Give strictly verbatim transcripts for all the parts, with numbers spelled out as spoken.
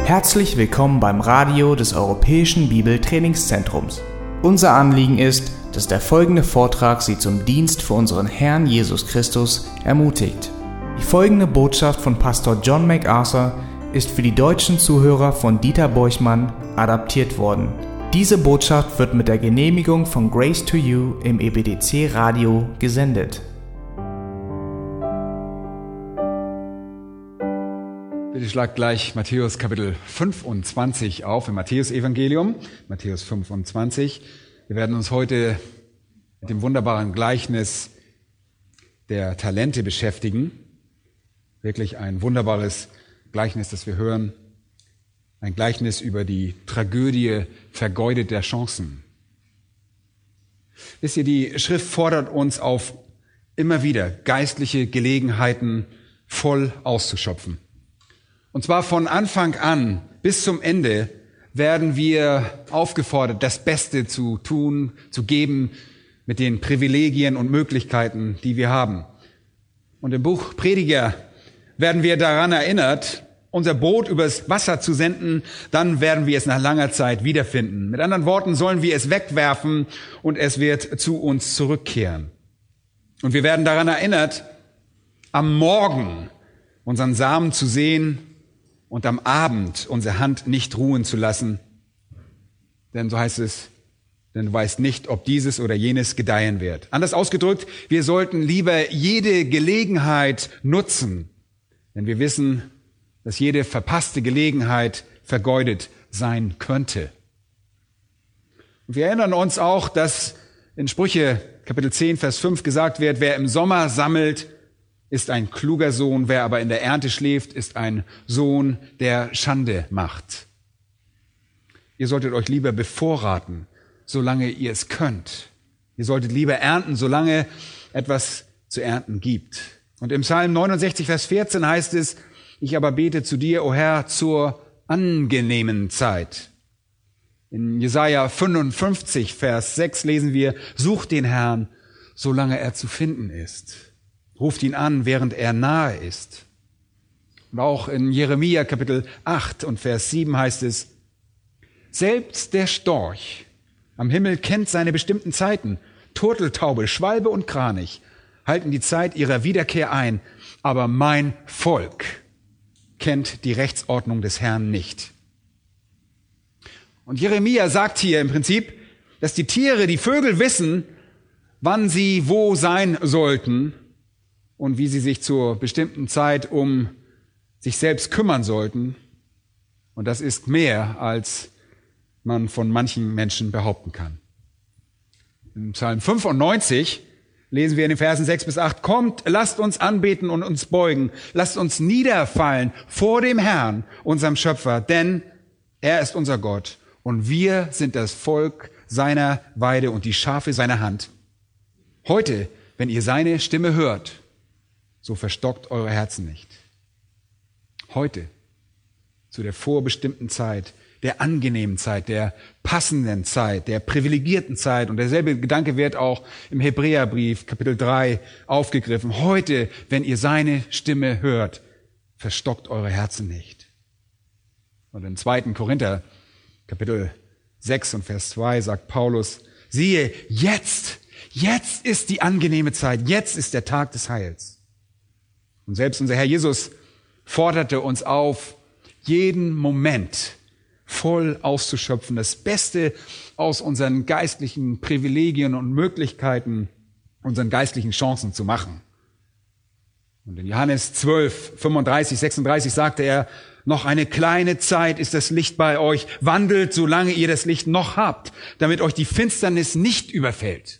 Herzlich willkommen beim Radio des Europäischen Bibeltrainingszentrums. Unser Anliegen ist, dass der folgende Vortrag Sie zum Dienst für unseren Herrn Jesus Christus ermutigt. Die folgende Botschaft von Pastor John MacArthur ist für die deutschen Zuhörer von Dieter Borchmann adaptiert worden. Diese Botschaft wird mit der Genehmigung von Grace to You im E B D C-Radio gesendet. Bitte schlag gleich Matthäus Kapitel fünfundzwanzig auf, im Matthäus-Evangelium, Matthäus fünfundzwanzig. Wir werden uns heute mit dem wunderbaren Gleichnis der Talente beschäftigen. Wirklich ein wunderbares Gleichnis, das wir hören. Ein Gleichnis über die Tragödie vergeudeter Chancen. Wisst ihr, die Schrift fordert uns auf, immer wieder geistliche Gelegenheiten voll auszuschöpfen. Und zwar von Anfang an bis zum Ende werden wir aufgefordert, das Beste zu tun, zu geben mit den Privilegien und Möglichkeiten, die wir haben. Und im Buch Prediger werden wir daran erinnert, unser Boot übers Wasser zu senden, dann werden wir es nach langer Zeit wiederfinden. Mit anderen Worten sollen wir es wegwerfen und es wird zu uns zurückkehren. Und wir werden daran erinnert, am Morgen unseren Samen zu sehen und am Abend unsere Hand nicht ruhen zu lassen. Denn so heißt es, denn du weißt nicht, ob dieses oder jenes gedeihen wird. Anders ausgedrückt, wir sollten lieber jede Gelegenheit nutzen, denn wir wissen, dass jede verpasste Gelegenheit vergeudet sein könnte. Und wir erinnern uns auch, dass in Sprüche Kapitel zehn, Vers fünf gesagt wird, wer im Sommer sammelt, ist ein kluger Sohn, wer aber in der Ernte schläft, ist ein Sohn, der Schande macht. Ihr solltet euch lieber bevorraten, solange ihr es könnt. Ihr solltet lieber ernten, solange etwas zu ernten gibt. Und im Psalm neunundsechzig, Vers vierzehn heißt es, ich aber bete zu dir, o Herr, zur angenehmen Zeit. In Jesaja fünfundfünfzig, Vers sechs lesen wir, sucht den Herrn, solange er zu finden ist. Ruft ihn an, während er nahe ist. Und auch in Jeremia Kapitel acht und Vers sieben heißt es, selbst der Storch am Himmel kennt seine bestimmten Zeiten. Turteltaube, Schwalbe und Kranich halten die Zeit ihrer Wiederkehr ein. Aber mein Volk kennt die Rechtsordnung des Herrn nicht. Und Jeremia sagt hier im Prinzip, dass die Tiere, die Vögel wissen, wann sie wo sein sollten und wie sie sich zur bestimmten Zeit um sich selbst kümmern sollten. Und das ist mehr, als man von manchen Menschen behaupten kann. Im Psalm fünfundneunzig lesen wir in den Versen sechs bis acht, kommt, lasst uns anbeten und uns beugen, lasst uns niederfallen vor dem Herrn, unserem Schöpfer, denn er ist unser Gott und wir sind das Volk seiner Weide und die Schafe seiner Hand. Heute, wenn ihr seine Stimme hört, so verstockt eure Herzen nicht. Heute, zu der vorbestimmten Zeit, der angenehmen Zeit, der passenden Zeit, der privilegierten Zeit. Und derselbe Gedanke wird auch im Hebräerbrief, Kapitel drei, aufgegriffen. Heute, wenn ihr seine Stimme hört, verstockt eure Herzen nicht. Und im zweiten Korinther, Kapitel sechs und Vers zwei, sagt Paulus, siehe, jetzt, jetzt ist die angenehme Zeit, jetzt ist der Tag des Heils. Und selbst unser Herr Jesus forderte uns auf, jeden Moment voll auszuschöpfen, das Beste aus unseren geistlichen Privilegien und Möglichkeiten, unseren geistlichen Chancen zu machen. Und in Johannes zwölf, fünfunddreißig, sechsunddreißig sagte er, noch eine kleine Zeit ist das Licht bei euch, wandelt, solange ihr das Licht noch habt, damit euch die Finsternis nicht überfällt.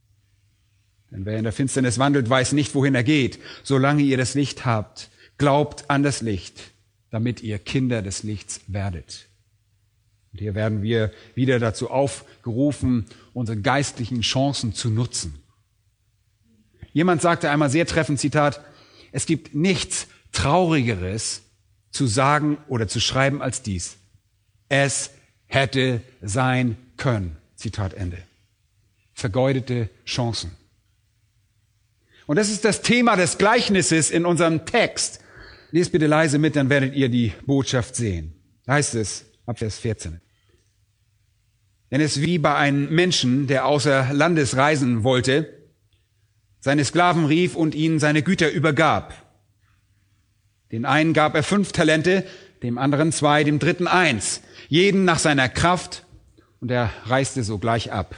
Denn wer in der Finsternis wandelt, weiß nicht, wohin er geht. Solange ihr das Licht habt, glaubt an das Licht, damit ihr Kinder des Lichts werdet. Und hier werden wir wieder dazu aufgerufen, unsere geistlichen Chancen zu nutzen. Jemand sagte einmal sehr treffend, Zitat, es gibt nichts Traurigeres zu sagen oder zu schreiben als dies. Es hätte sein können. Zitat Ende. Vergeudete Chancen. Und das ist das Thema des Gleichnisses in unserem Text. Lest bitte leise mit, dann werdet ihr die Botschaft sehen. Da heißt es, ab Vers vierzehn. Denn es ist wie bei einem Menschen, der außer Landes reisen wollte, seine Sklaven rief und ihnen seine Güter übergab. Den einen gab er fünf Talente, dem anderen zwei, dem dritten eins, jeden nach seiner Kraft, und er reiste sogleich ab.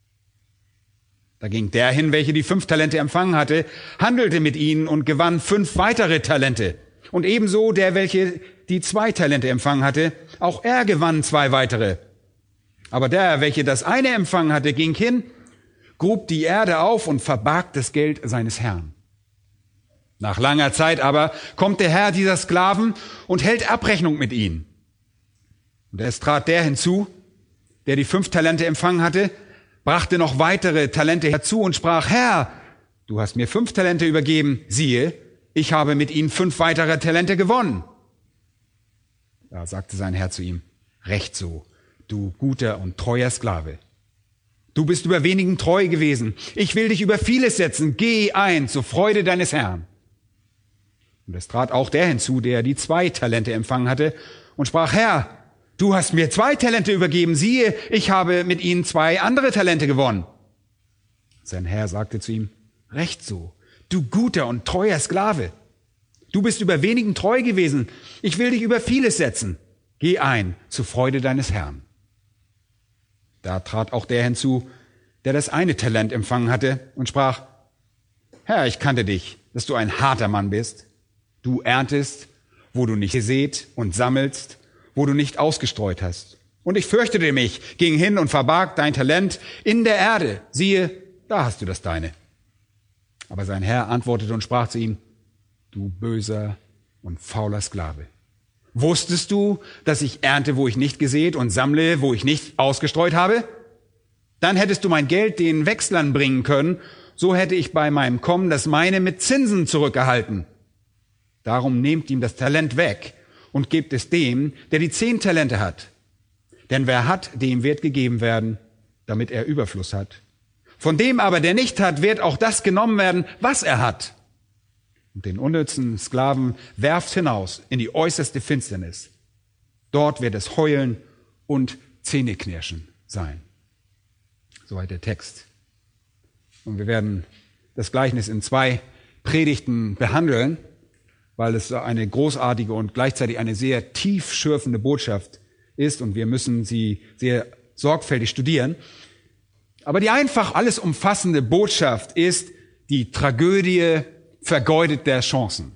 Da ging der hin, welcher die fünf Talente empfangen hatte, handelte mit ihnen und gewann fünf weitere Talente. Und ebenso der, welche die zwei Talente empfangen hatte, auch er gewann zwei weitere. Aber der, welcher das eine empfangen hatte, ging hin, grub die Erde auf und verbarg das Geld seines Herrn. Nach langer Zeit aber kommt der Herr dieser Sklaven und hält Abrechnung mit ihnen. Und es trat der hinzu, der die fünf Talente empfangen hatte, brachte noch weitere Talente herzu und sprach, Herr, du hast mir fünf Talente übergeben, siehe, ich habe mit ihnen fünf weitere Talente gewonnen. Da sagte sein Herr zu ihm, recht so, du guter und treuer Sklave. Du bist über wenigen treu gewesen. Ich will dich über vieles setzen. Geh ein zur Freude deines Herrn. Und es trat auch der hinzu, der die zwei Talente empfangen hatte und sprach, Herr, du hast mir zwei Talente übergeben. Siehe, ich habe mit ihnen zwei andere Talente gewonnen. Sein Herr sagte zu ihm, recht so, du guter und treuer Sklave. Du bist über wenigen treu gewesen. Ich will dich über vieles setzen. Geh ein zur Freude deines Herrn. Da trat auch der hinzu, der das eine Talent empfangen hatte und sprach, Herr, ich kannte dich, dass du ein harter Mann bist. Du erntest, wo du nicht gesät und sammelst, wo du nicht ausgestreut hast. Und ich fürchtete mich, ging hin und verbarg dein Talent in der Erde. Siehe, da hast du das deine. Aber sein Herr antwortete und sprach zu ihm, du böser und fauler Sklave. Wusstest du, dass ich ernte, wo ich nicht gesät und sammle, wo ich nicht ausgestreut habe? Dann hättest du mein Geld den Wechslern bringen können, so hätte ich bei meinem Kommen das meine mit Zinsen zurückgehalten. Darum nehmt ihm das Talent weg und gebt es dem, der die zehn Talente hat. Denn wer hat, dem wird gegeben werden, damit er Überfluss hat. Von dem aber, der nicht hat, wird auch das genommen werden, was er hat. Und den unnützen Sklaven werft hinaus in die äußerste Finsternis. Dort wird es Heulen und Zähneknirschen sein. Soweit der Text. Und wir werden das Gleichnis in zwei Predigten behandeln, weil es eine großartige und gleichzeitig eine sehr tiefschürfende Botschaft ist und wir müssen sie sehr sorgfältig studieren. Aber die einfach alles umfassende Botschaft ist die Tragödie vergeudeter Chancen.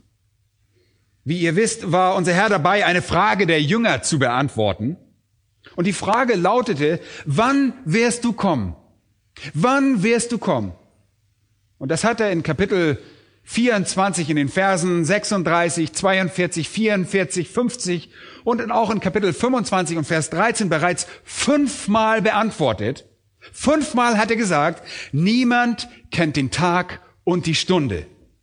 Wie ihr wisst, war unser Herr dabei, eine Frage der Jünger zu beantworten. Und die Frage lautete, wann wirst du kommen? Wann wirst du kommen? Und das hat er in Kapitel vierundzwanzig in den Versen sechsunddreißig, zweiundvierzig, vierundvierzig, fünfzig und auch in Kapitel fünfundzwanzig und Vers dreizehn bereits fünfmal beantwortet. Fünfmal hat er gesagt, niemand kennt den Tag und die Stunde.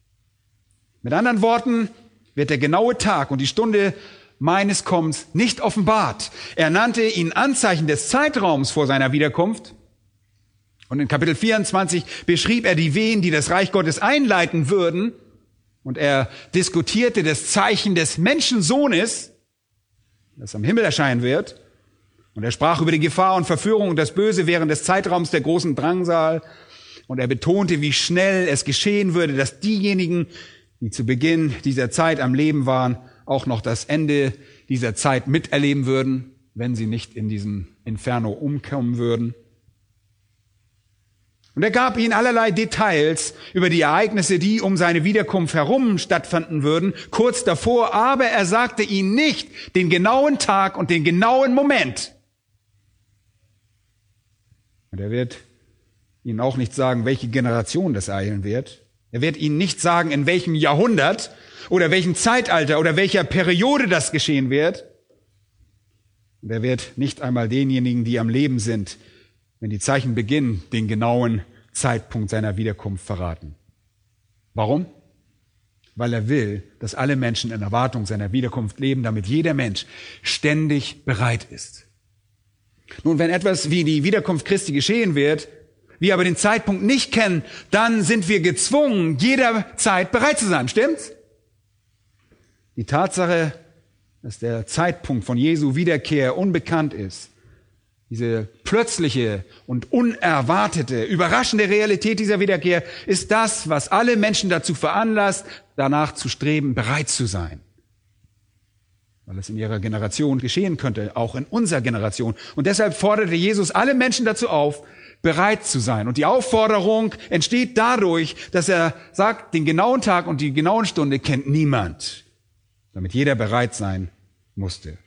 Mit anderen Worten wird der genaue Tag und die Stunde meines Kommens nicht offenbart. Er nannte ihn Anzeichen des Zeitraums vor seiner Wiederkunft. Und in Kapitel vierundzwanzig beschrieb er die Wehen, die das Reich Gottes einleiten würden. Und er diskutierte das Zeichen des Menschensohnes, das am Himmel erscheinen wird. Und er sprach über die Gefahr und Verführung und das Böse während des Zeitraums der großen Drangsal. Und er betonte, wie schnell es geschehen würde, dass diejenigen, die zu Beginn dieser Zeit am Leben waren, auch noch das Ende dieser Zeit miterleben würden, wenn sie nicht in diesem Inferno umkommen würden. Und er gab ihnen allerlei Details über die Ereignisse, die um seine Wiederkunft herum stattfinden würden, kurz davor, aber er sagte ihnen nicht den genauen Tag und den genauen Moment. Und er wird ihnen auch nicht sagen, welche Generation das ereilen wird. Er wird ihnen nicht sagen, in welchem Jahrhundert oder welchem Zeitalter oder welcher Periode das geschehen wird. Und er wird nicht einmal denjenigen, die am Leben sind, wenn die Zeichen beginnen, den genauen Zeitpunkt seiner Wiederkunft verraten. Warum? Weil er will, dass alle Menschen in Erwartung seiner Wiederkunft leben, damit jeder Mensch ständig bereit ist. Nun, wenn etwas wie die Wiederkunft Christi geschehen wird, wir aber den Zeitpunkt nicht kennen, dann sind wir gezwungen, jederzeit bereit zu sein. Stimmt's? Die Tatsache, dass der Zeitpunkt von Jesu Wiederkehr unbekannt ist. Diese plötzliche und unerwartete, überraschende Realität dieser Wiederkehr ist das, was alle Menschen dazu veranlasst, danach zu streben, bereit zu sein. Weil es in ihrer Generation geschehen könnte, auch in unserer Generation. Und deshalb forderte Jesus alle Menschen dazu auf, bereit zu sein. Und die Aufforderung entsteht dadurch, dass er sagt, den genauen Tag und die genaue Stunde kennt niemand, damit jeder bereit sein musste.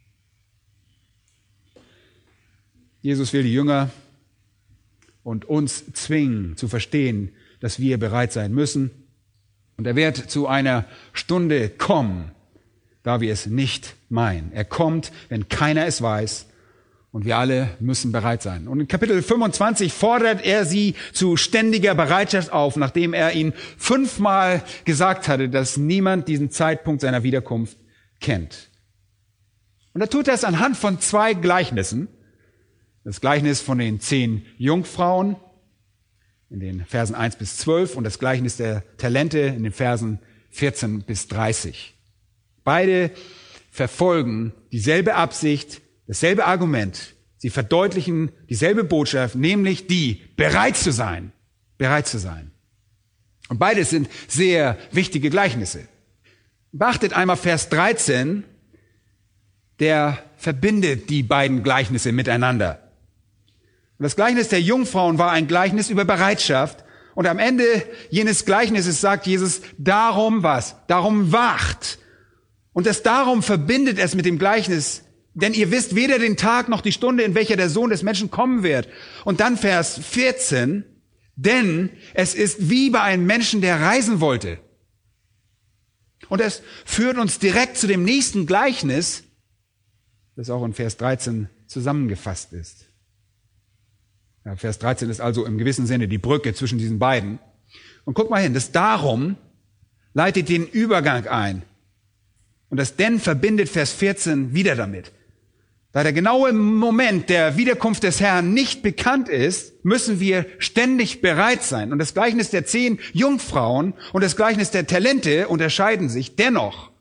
Jesus will die Jünger und uns zwingen zu verstehen, dass wir bereit sein müssen. Und er wird zu einer Stunde kommen, da wir es nicht meinen. Er kommt, wenn keiner es weiß, und wir alle müssen bereit sein. Und in Kapitel fünfundzwanzig fordert er sie zu ständiger Bereitschaft auf, nachdem er ihnen fünfmal gesagt hatte, dass niemand diesen Zeitpunkt seiner Wiederkunft kennt. Und er tut das anhand von zwei Gleichnissen. Das Gleichnis von den zehn Jungfrauen in den Versen eins bis zwölf und das Gleichnis der Talente in den Versen vierzehn bis dreißig. Beide verfolgen dieselbe Absicht, dasselbe Argument. Sie verdeutlichen dieselbe Botschaft, nämlich die, bereit zu sein. Bereit zu sein. Und beides sind sehr wichtige Gleichnisse. Beachtet einmal Vers dreizehn, der verbindet die beiden Gleichnisse miteinander. Und das Gleichnis der Jungfrauen war ein Gleichnis über Bereitschaft. Und am Ende jenes Gleichnisses sagt Jesus, darum was? Darum wacht. Und das darum verbindet es mit dem Gleichnis, denn ihr wisst weder den Tag noch die Stunde, in welcher der Sohn des Menschen kommen wird. Und dann Vers vierzehn, denn es ist wie bei einem Menschen, der reisen wollte. Und es führt uns direkt zu dem nächsten Gleichnis, das auch in Vers dreizehn zusammengefasst ist. Ja, Vers dreizehn ist also im gewissen Sinne die Brücke zwischen diesen beiden. Und guck mal hin, das darum leitet den Übergang ein. Und das denn verbindet Vers vierzehn wieder damit. Da der genaue Moment der Wiederkunft des Herrn nicht bekannt ist, müssen wir ständig bereit sein. Und das Gleichnis der zehn Jungfrauen und das Gleichnis der Talente unterscheiden sich dennoch.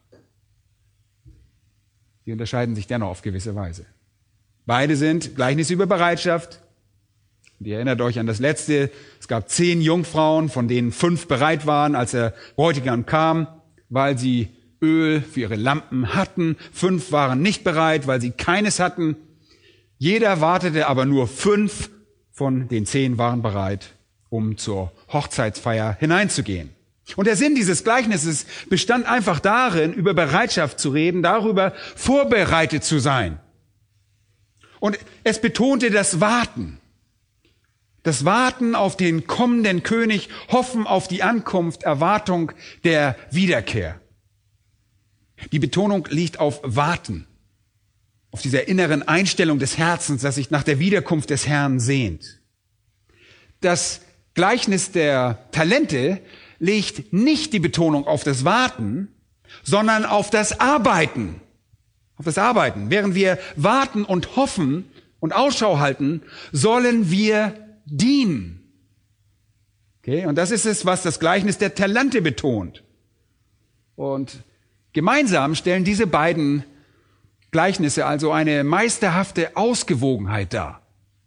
Sie unterscheiden sich dennoch auf gewisse Weise. Beide sind Gleichnisse über Bereitschaft. Und ihr erinnert euch an das letzte. Es gab zehn Jungfrauen, von denen fünf bereit waren, als der Bräutigam kam, weil sie Öl für ihre Lampen hatten. Fünf waren nicht bereit, weil sie keines hatten. Jeder wartete, aber nur fünf von den zehn waren bereit, um zur Hochzeitsfeier hineinzugehen. Und der Sinn dieses Gleichnisses bestand einfach darin, über Bereitschaft zu reden, darüber vorbereitet zu sein. Und es betonte das Warten. Das Warten auf den kommenden König, Hoffen auf die Ankunft, Erwartung der Wiederkehr. Die Betonung liegt auf Warten, auf dieser inneren Einstellung des Herzens, das sich nach der Wiederkunft des Herrn sehnt. Das Gleichnis der Talente legt nicht die Betonung auf das Warten, sondern auf das Arbeiten. Auf das Arbeiten. Während wir warten und hoffen und Ausschau halten, sollen wir dienen. Okay? Und das ist es, was das Gleichnis der Talente betont. Und gemeinsam stellen diese beiden Gleichnisse also eine meisterhafte Ausgewogenheit dar.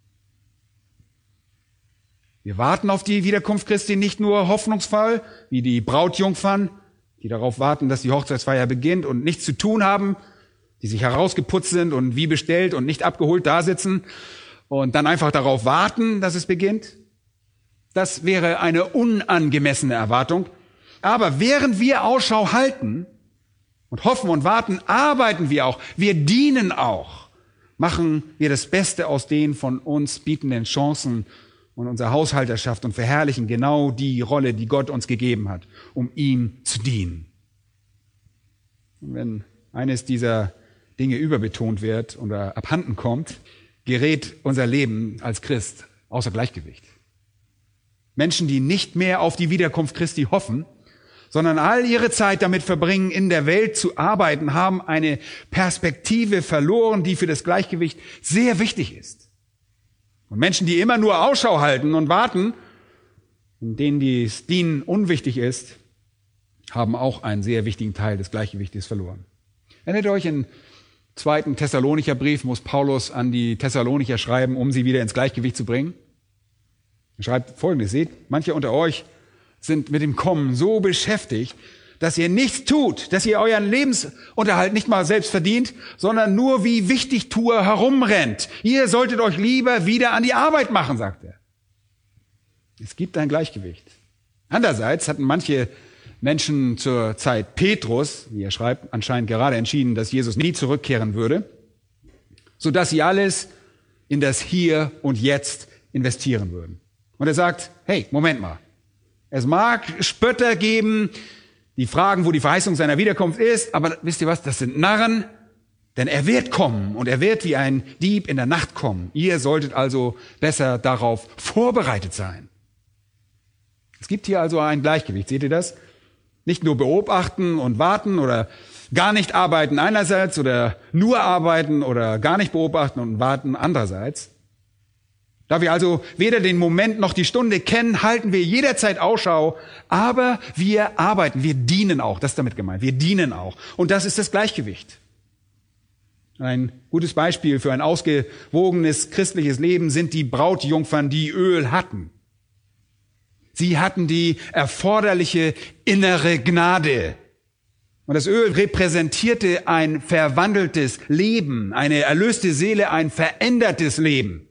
Wir warten auf die Wiederkunft Christi nicht nur hoffnungsvoll, wie die Brautjungfern, die darauf warten, dass die Hochzeitsfeier beginnt und nichts zu tun haben, die sich herausgeputzt sind und wie bestellt und nicht abgeholt dasitzen und dann einfach darauf warten, dass es beginnt. Das wäre eine unangemessene Erwartung. Aber während wir Ausschau halten und hoffen und warten, arbeiten wir auch. Wir dienen auch. Machen wir das Beste aus den von uns bietenden Chancen und unserer Haushalterschaft und verherrlichen genau die Rolle, die Gott uns gegeben hat, um ihm zu dienen. Und wenn eines dieser Dinge überbetont wird oder abhanden kommt, gerät unser Leben als Christ außer Gleichgewicht. Menschen, die nicht mehr auf die Wiederkunft Christi hoffen, sondern all ihre Zeit damit verbringen, in der Welt zu arbeiten, haben eine Perspektive verloren, die für das Gleichgewicht sehr wichtig ist. Und Menschen, die immer nur Ausschau halten und warten, und denen das Dienen unwichtig ist, haben auch einen sehr wichtigen Teil des Gleichgewichtes verloren. Erinnert ihr euch, im zweiten Thessalonicher Brief muss Paulus an die Thessalonicher schreiben, um sie wieder ins Gleichgewicht zu bringen? Er schreibt Folgendes: Seht, manche unter euch sind mit dem Kommen so beschäftigt, dass ihr nichts tut, dass ihr euren Lebensunterhalt nicht mal selbst verdient, sondern nur wie Wichtigtuer herumrennt. Ihr solltet euch lieber wieder an die Arbeit machen, sagt er. Es gibt ein Gleichgewicht. Andererseits hatten manche Menschen zur Zeit Petrus, wie er schreibt, anscheinend gerade entschieden, dass Jesus nie zurückkehren würde, sodass sie alles in das Hier und Jetzt investieren würden. Und er sagt, hey, Moment mal. Es mag Spötter geben, die fragen, wo die Verheißung seiner Wiederkunft ist, aber wisst ihr was, das sind Narren, denn er wird kommen und er wird wie ein Dieb in der Nacht kommen. Ihr solltet also besser darauf vorbereitet sein. Es gibt hier also ein Gleichgewicht, seht ihr das? Nicht nur beobachten und warten oder gar nicht arbeiten einerseits oder nur arbeiten oder gar nicht beobachten und warten andererseits. Da wir also weder den Moment noch die Stunde kennen, halten wir jederzeit Ausschau, aber wir arbeiten, wir dienen auch, das ist damit gemeint, wir dienen auch. Und das ist das Gleichgewicht. Ein gutes Beispiel für ein ausgewogenes christliches Leben sind die Brautjungfern, die Öl hatten. Sie hatten die erforderliche innere Gnade. Und das Öl repräsentierte ein verwandeltes Leben, eine erlöste Seele, ein verändertes Leben.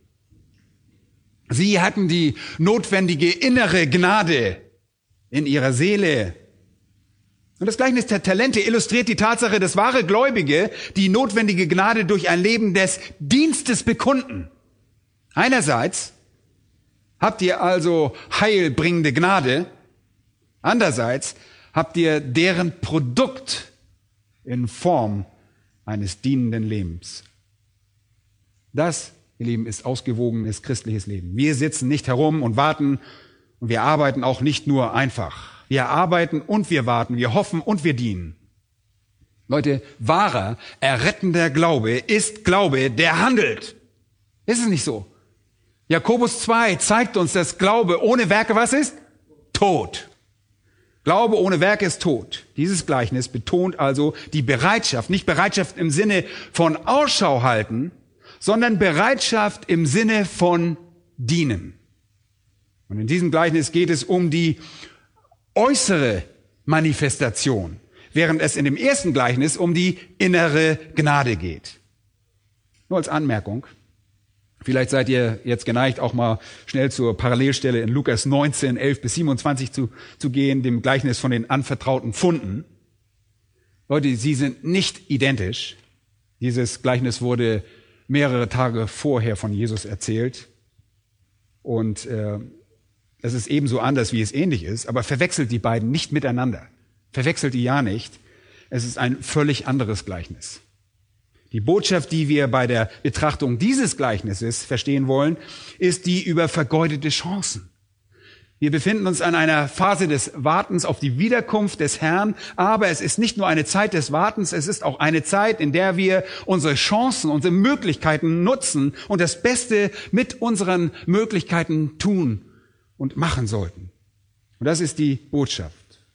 Sie hatten die notwendige innere Gnade in ihrer Seele. Und das Gleichnis der Talente illustriert die Tatsache, dass wahre Gläubige die notwendige Gnade durch ein Leben des Dienstes bekunden. Einerseits habt ihr also heilbringende Gnade, andererseits habt ihr deren Produkt in Form eines dienenden Lebens. Das, ihr Lieben, ist ausgewogenes christliches Leben. Wir sitzen nicht herum und warten und wir arbeiten auch nicht nur einfach. Wir arbeiten und wir warten, wir hoffen und wir dienen. Leute, wahrer, errettender Glaube ist Glaube, der handelt. Ist es nicht so? Jakobus zwei zeigt uns, dass Glaube ohne Werke was ist? Tot. Glaube ohne Werke ist tot. Dieses Gleichnis betont also die Bereitschaft, nicht Bereitschaft im Sinne von Ausschau halten, sondern Bereitschaft im Sinne von dienen. Und in diesem Gleichnis geht es um die äußere Manifestation, während es in dem ersten Gleichnis um die innere Gnade geht. Nur als Anmerkung. Vielleicht seid ihr jetzt geneigt, auch mal schnell zur Parallelstelle in Lukas neunzehn, elf bis siebenundzwanzig zu, zu gehen, dem Gleichnis von den anvertrauten Pfunden. Leute, sie sind nicht identisch. Dieses Gleichnis wurde mehrere Tage vorher von Jesus erzählt. Und äh, es ist ebenso anders, wie es ähnlich ist, aber verwechselt die beiden nicht miteinander. Verwechselt die ja nicht. Es ist ein völlig anderes Gleichnis. Die Botschaft, die wir bei der Betrachtung dieses Gleichnisses verstehen wollen, ist die über vergeudete Chancen. Wir befinden uns an einer Phase des Wartens auf die Wiederkunft des Herrn, aber es ist nicht nur eine Zeit des Wartens, es ist auch eine Zeit, in der wir unsere Chancen, unsere Möglichkeiten nutzen und das Beste mit unseren Möglichkeiten tun und machen sollten. Und das ist die Botschaft.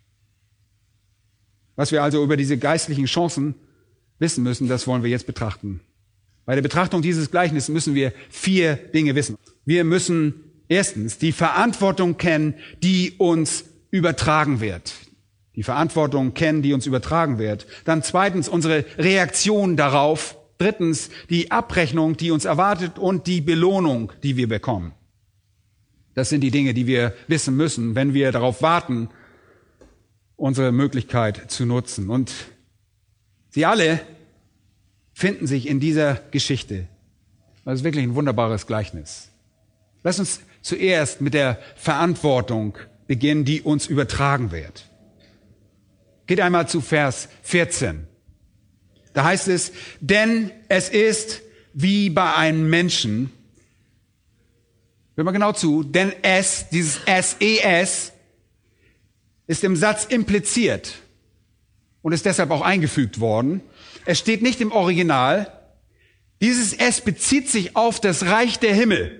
Was wir also über diese geistlichen Chancen wissen müssen, das wollen wir jetzt betrachten. Bei der Betrachtung dieses Gleichnisses müssen wir vier Dinge wissen. Wir müssen erstens die Verantwortung kennen, die uns übertragen wird. Die Verantwortung kennen, die uns übertragen wird. Dann zweitens unsere Reaktion darauf. Drittens die Abrechnung, die uns erwartet und die Belohnung, die wir bekommen. Das sind die Dinge, die wir wissen müssen, wenn wir darauf warten, unsere Möglichkeit zu nutzen. Und sie alle finden sich in dieser Geschichte. Das ist wirklich ein wunderbares Gleichnis. Lass uns zuerst mit der Verantwortung beginnen, die uns übertragen wird. Geht einmal zu Vers vierzehn. Da heißt es, denn es ist wie bei einem Menschen. Hör mal genau zu, denn es, dieses S E S, ist im Satz impliziert und ist deshalb auch eingefügt worden. Es steht nicht im Original. Dieses S bezieht sich auf das Reich der Himmel.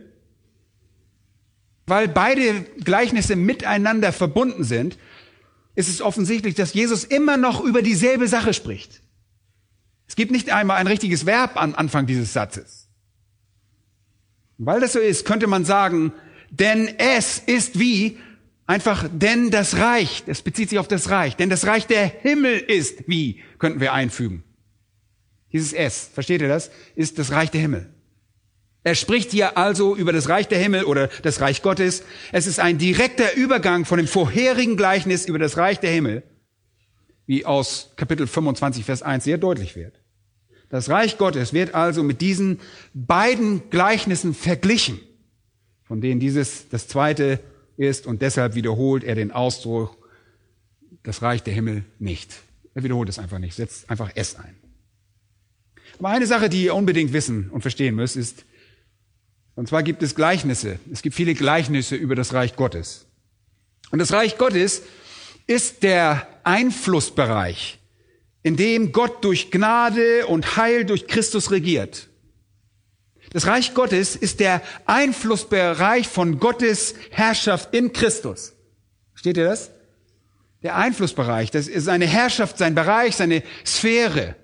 Weil beide Gleichnisse miteinander verbunden sind, ist es offensichtlich, dass Jesus immer noch über dieselbe Sache spricht. Es gibt nicht einmal ein richtiges Verb am Anfang dieses Satzes. Und weil das so ist, könnte man sagen, denn es ist wie, einfach denn das Reich, das bezieht sich auf das Reich, denn das Reich der Himmel ist wie, könnten wir einfügen. Dieses es, versteht ihr das, ist das Reich der Himmel. Er spricht hier also über das Reich der Himmel oder das Reich Gottes. Es ist ein direkter Übergang von dem vorherigen Gleichnis über das Reich der Himmel, wie aus Kapitel fünfundzwanzig, Vers eins sehr deutlich wird. Das Reich Gottes wird also mit diesen beiden Gleichnissen verglichen, von denen dieses das zweite ist, und deshalb wiederholt er den Ausdruck, das Reich der Himmel nicht. Er wiederholt es einfach nicht, setzt einfach es ein. Aber eine Sache, die ihr unbedingt wissen und verstehen müsst, ist, und zwar gibt es Gleichnisse. Es gibt viele Gleichnisse über das Reich Gottes. Und das Reich Gottes ist der Einflussbereich, in dem Gott durch Gnade und Heil durch Christus regiert. Das Reich Gottes ist der Einflussbereich von Gottes Herrschaft in Christus. Versteht ihr das? Der Einflussbereich, das ist seine Herrschaft, sein Bereich, seine Sphäre.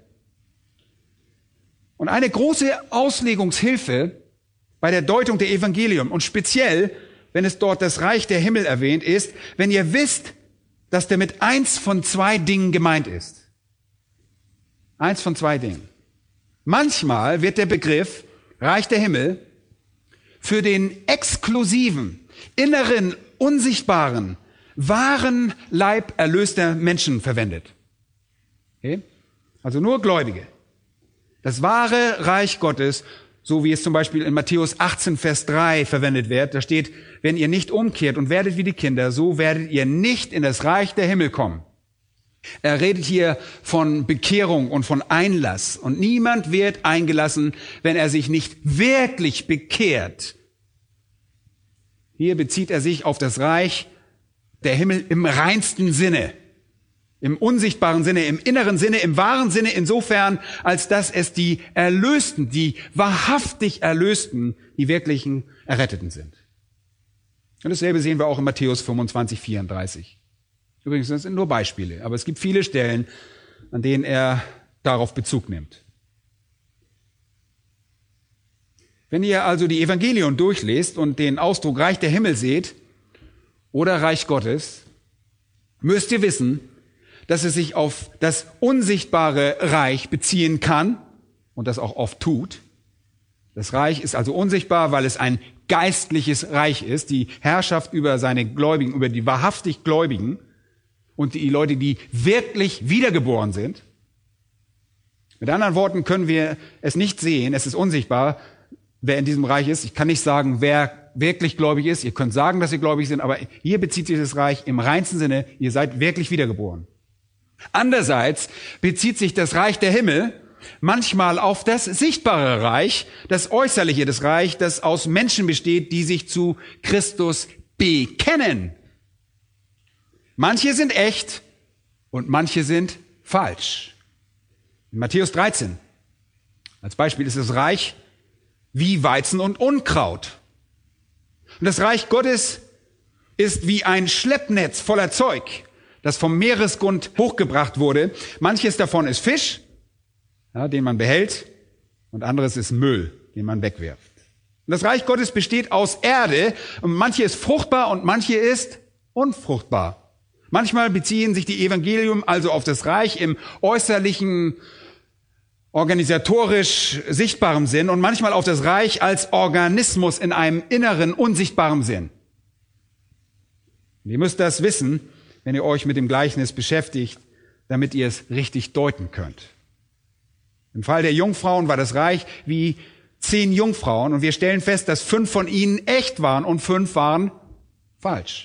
Und eine große Auslegungshilfe bei der Deutung der Evangelium und speziell, wenn es dort das Reich der Himmel erwähnt ist, wenn ihr wisst, dass damit eins von zwei Dingen gemeint ist. Eins von zwei Dingen. Manchmal wird der Begriff Reich der Himmel für den exklusiven, inneren, unsichtbaren, wahren Leib erlöster Menschen verwendet. Okay? Also nur Gläubige. Das wahre Reich Gottes, so wie es zum Beispiel in Matthäus achtzehn, Vers drei verwendet wird, da steht, wenn ihr nicht umkehrt und werdet wie die Kinder, so werdet ihr nicht in das Reich der Himmel kommen. Er redet hier von Bekehrung und von Einlass. Und niemand wird eingelassen, wenn er sich nicht wirklich bekehrt. Hier bezieht er sich auf das Reich der Himmel im reinsten Sinne. Im unsichtbaren Sinne, im inneren Sinne, im wahren Sinne, insofern, als dass es die Erlösten, die wahrhaftig Erlösten, die wirklichen Erretteten sind. Und dasselbe sehen wir auch in Matthäus fünfundzwanzig, vierunddreißig. Übrigens, das sind nur Beispiele, aber es gibt viele Stellen, an denen er darauf Bezug nimmt. Wenn ihr also die Evangelien durchlest und den Ausdruck Reich der Himmel seht oder Reich Gottes, müsst ihr wissen, dass es sich auf das unsichtbare Reich beziehen kann und das auch oft tut. Das Reich ist also unsichtbar, weil es ein geistliches Reich ist, die Herrschaft über seine Gläubigen, über die wahrhaftig Gläubigen und die Leute, die wirklich wiedergeboren sind. Mit anderen Worten können wir es nicht sehen, es ist unsichtbar, wer in diesem Reich ist. Ich kann nicht sagen, wer wirklich gläubig ist. Ihr könnt sagen, dass ihr gläubig sind, aber hier bezieht sich das Reich im reinsten Sinne, ihr seid wirklich wiedergeboren. Andererseits bezieht sich das Reich der Himmel manchmal auf das sichtbare Reich, das äußerliche, das Reich, das aus Menschen besteht, die sich zu Christus bekennen. Manche sind echt und manche sind falsch. In Matthäus dreizehn, als Beispiel, ist das Reich wie Weizen und Unkraut. Und das Reich Gottes ist wie ein Schleppnetz voller Zeug, das vom Meeresgrund hochgebracht wurde. Manches davon ist Fisch, ja, den man behält, und anderes ist Müll, den man wegwirft. Und das Reich Gottes besteht aus Erde, und manche ist fruchtbar und manche ist unfruchtbar. Manchmal beziehen sich die Evangelien also auf das Reich im äußerlichen, organisatorisch sichtbaren Sinn und manchmal auf das Reich als Organismus in einem inneren, unsichtbaren Sinn. Und ihr müsst das wissen, wenn ihr euch mit dem Gleichnis beschäftigt, damit ihr es richtig deuten könnt. Im Fall der Jungfrauen war das Reich wie zehn Jungfrauen und wir stellen fest, dass fünf von ihnen echt waren und fünf waren falsch.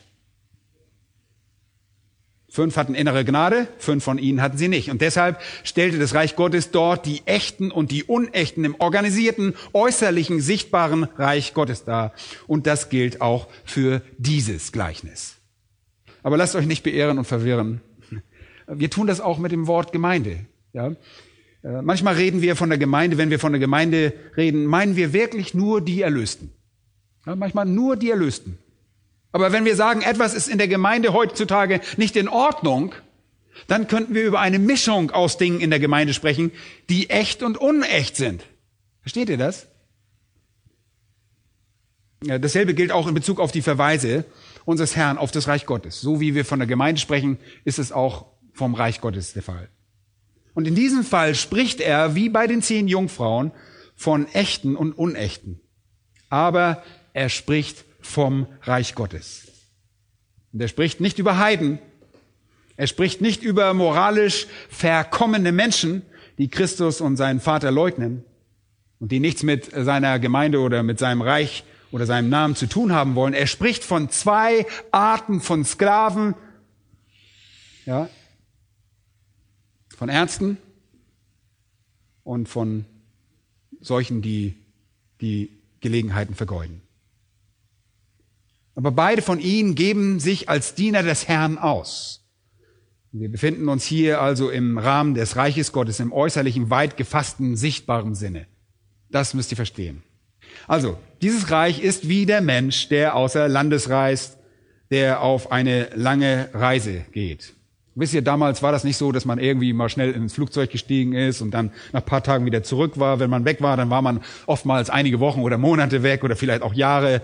Fünf hatten innere Gnade, fünf von ihnen hatten sie nicht. Und deshalb stellte das Reich Gottes dort die echten und die unechten im organisierten, äußerlichen, sichtbaren Reich Gottes dar. Und das gilt auch für dieses Gleichnis. Aber lasst euch nicht beirren und verwirren. Wir tun das auch mit dem Wort Gemeinde. Ja? Manchmal reden wir von der Gemeinde, wenn wir von der Gemeinde reden, meinen wir wirklich nur die Erlösten. Ja, manchmal nur die Erlösten. Aber wenn wir sagen, etwas ist in der Gemeinde heutzutage nicht in Ordnung, Dann könnten wir über eine Mischung aus Dingen in der Gemeinde sprechen, die echt und unecht sind. Versteht ihr das? Ja, dasselbe gilt auch in Bezug auf die Verweise unseres Herrn auf das Reich Gottes. So wie wir von der Gemeinde sprechen, ist es auch vom Reich Gottes der Fall. Und in diesem Fall spricht er, wie bei den zehn Jungfrauen, von echten und unechten. Aber er spricht vom Reich Gottes. Und er spricht nicht über Heiden. Er spricht nicht über moralisch verkommene Menschen, die Christus und seinen Vater leugnen und die nichts mit seiner Gemeinde oder mit seinem Reich oder seinem Namen zu tun haben wollen. Er spricht von zwei Arten von Sklaven, ja, von Ärzten und von solchen, die die Gelegenheiten vergeuden. Aber beide von ihnen geben sich als Diener des Herrn aus. Wir befinden uns hier also im Rahmen des Reiches Gottes, im äußerlichen, weit gefassten, sichtbaren Sinne. Das müsst ihr verstehen. Also, dieses Reich ist wie der Mensch, der außer Landes reist, der auf eine lange Reise geht. Wisst ihr, damals war das nicht so, dass man irgendwie mal schnell ins Flugzeug gestiegen ist und dann nach ein paar Tagen wieder zurück war. Wenn man weg war, dann war man oftmals einige Wochen oder Monate weg oder vielleicht auch Jahre.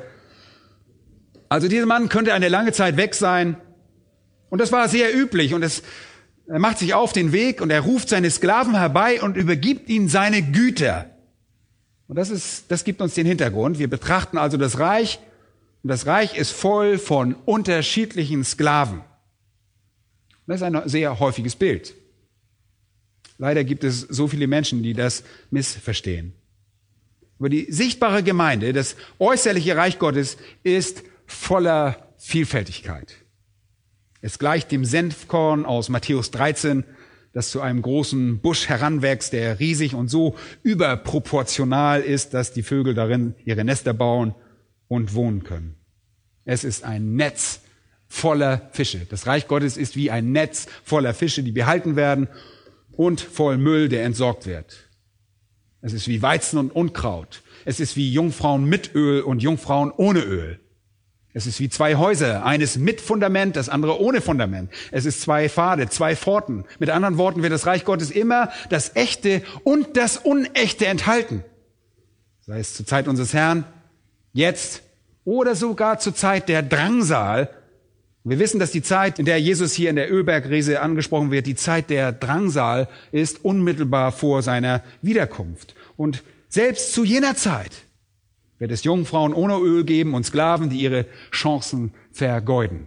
Also dieser Mann könnte eine lange Zeit weg sein. Und das war sehr üblich. Und es, er macht sich auf den Weg und er ruft seine Sklaven herbei und übergibt ihnen seine Güter. Und das ist, das gibt uns den Hintergrund. Wir betrachten also das Reich. Und das Reich ist voll von unterschiedlichen Sklaven. Das ist ein sehr häufiges Bild. Leider gibt es so viele Menschen, die das missverstehen. Aber die sichtbare Gemeinde, das äußerliche Reich Gottes, ist voller Vielfältigkeit. Es gleicht dem Senfkorn aus Matthäus dreizehn, das zu einem großen Busch heranwächst, der riesig und so überproportional ist, dass die Vögel darin ihre Nester bauen und wohnen können. Es ist ein Netz voller Fische. Das Reich Gottes ist wie ein Netz voller Fische, die behalten werden und voll Müll, der entsorgt wird. Es ist wie Weizen und Unkraut. Es ist wie Jungfrauen mit Öl und Jungfrauen ohne Öl. Es ist wie zwei Häuser, eines mit Fundament, das andere ohne Fundament. Es ist zwei Pfade, zwei Pforten. Mit anderen Worten wird das Reich Gottes immer das Echte und das Unechte enthalten. Sei es zur Zeit unseres Herrn, jetzt oder sogar zur Zeit der Drangsal. Wir wissen, dass die Zeit, in der Jesus hier in der Ölbergrese angesprochen wird, die Zeit der Drangsal ist unmittelbar vor seiner Wiederkunft. Und selbst zu jener Zeit wird es Jungfrauen ohne Öl geben und Sklaven, die ihre Chancen vergeuden.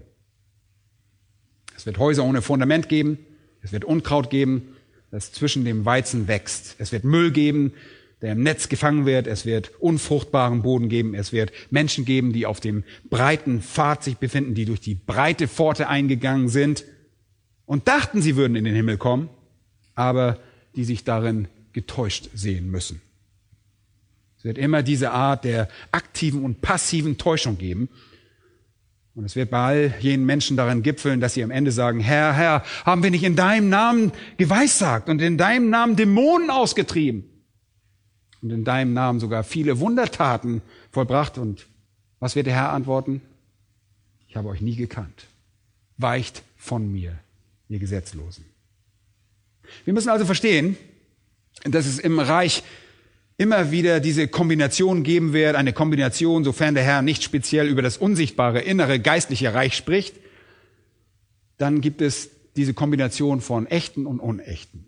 Es wird Häuser ohne Fundament geben. Es wird Unkraut geben, das zwischen dem Weizen wächst. Es wird Müll geben, der im Netz gefangen wird. Es wird unfruchtbaren Boden geben. Es wird Menschen geben, die auf dem breiten Pfad sich befinden, die durch die breite Pforte eingegangen sind und dachten, sie würden in den Himmel kommen, aber die sich darin getäuscht sehen müssen. Es wird immer diese Art der aktiven und passiven Täuschung geben. Und es wird bei all jenen Menschen darin gipfeln, dass sie am Ende sagen, Herr, Herr, haben wir nicht in deinem Namen geweissagt und in deinem Namen Dämonen ausgetrieben und in deinem Namen sogar viele Wundertaten vollbracht? Und was wird der Herr antworten? Ich habe euch nie gekannt. Weicht von mir, ihr Gesetzlosen. Wir müssen also verstehen, dass es im Reich immer wieder diese Kombination geben wird, eine Kombination, sofern der Herr nicht speziell über das unsichtbare, innere, geistliche Reich spricht, dann gibt es diese Kombination von Echten und Unechten.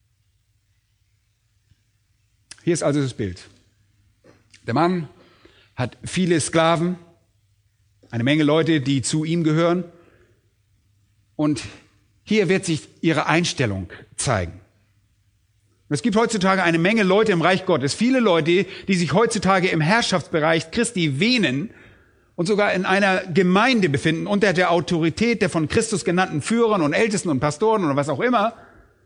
Hier ist also das Bild. Der Mann hat viele Sklaven, eine Menge Leute, die zu ihm gehören, und hier wird sich ihre Einstellung zeigen. Es gibt heutzutage eine Menge Leute im Reich Gottes, viele Leute, die sich heutzutage im Herrschaftsbereich Christi wähnen und sogar in einer Gemeinde befinden, unter der Autorität der von Christus genannten Führern und Ältesten und Pastoren oder was auch immer.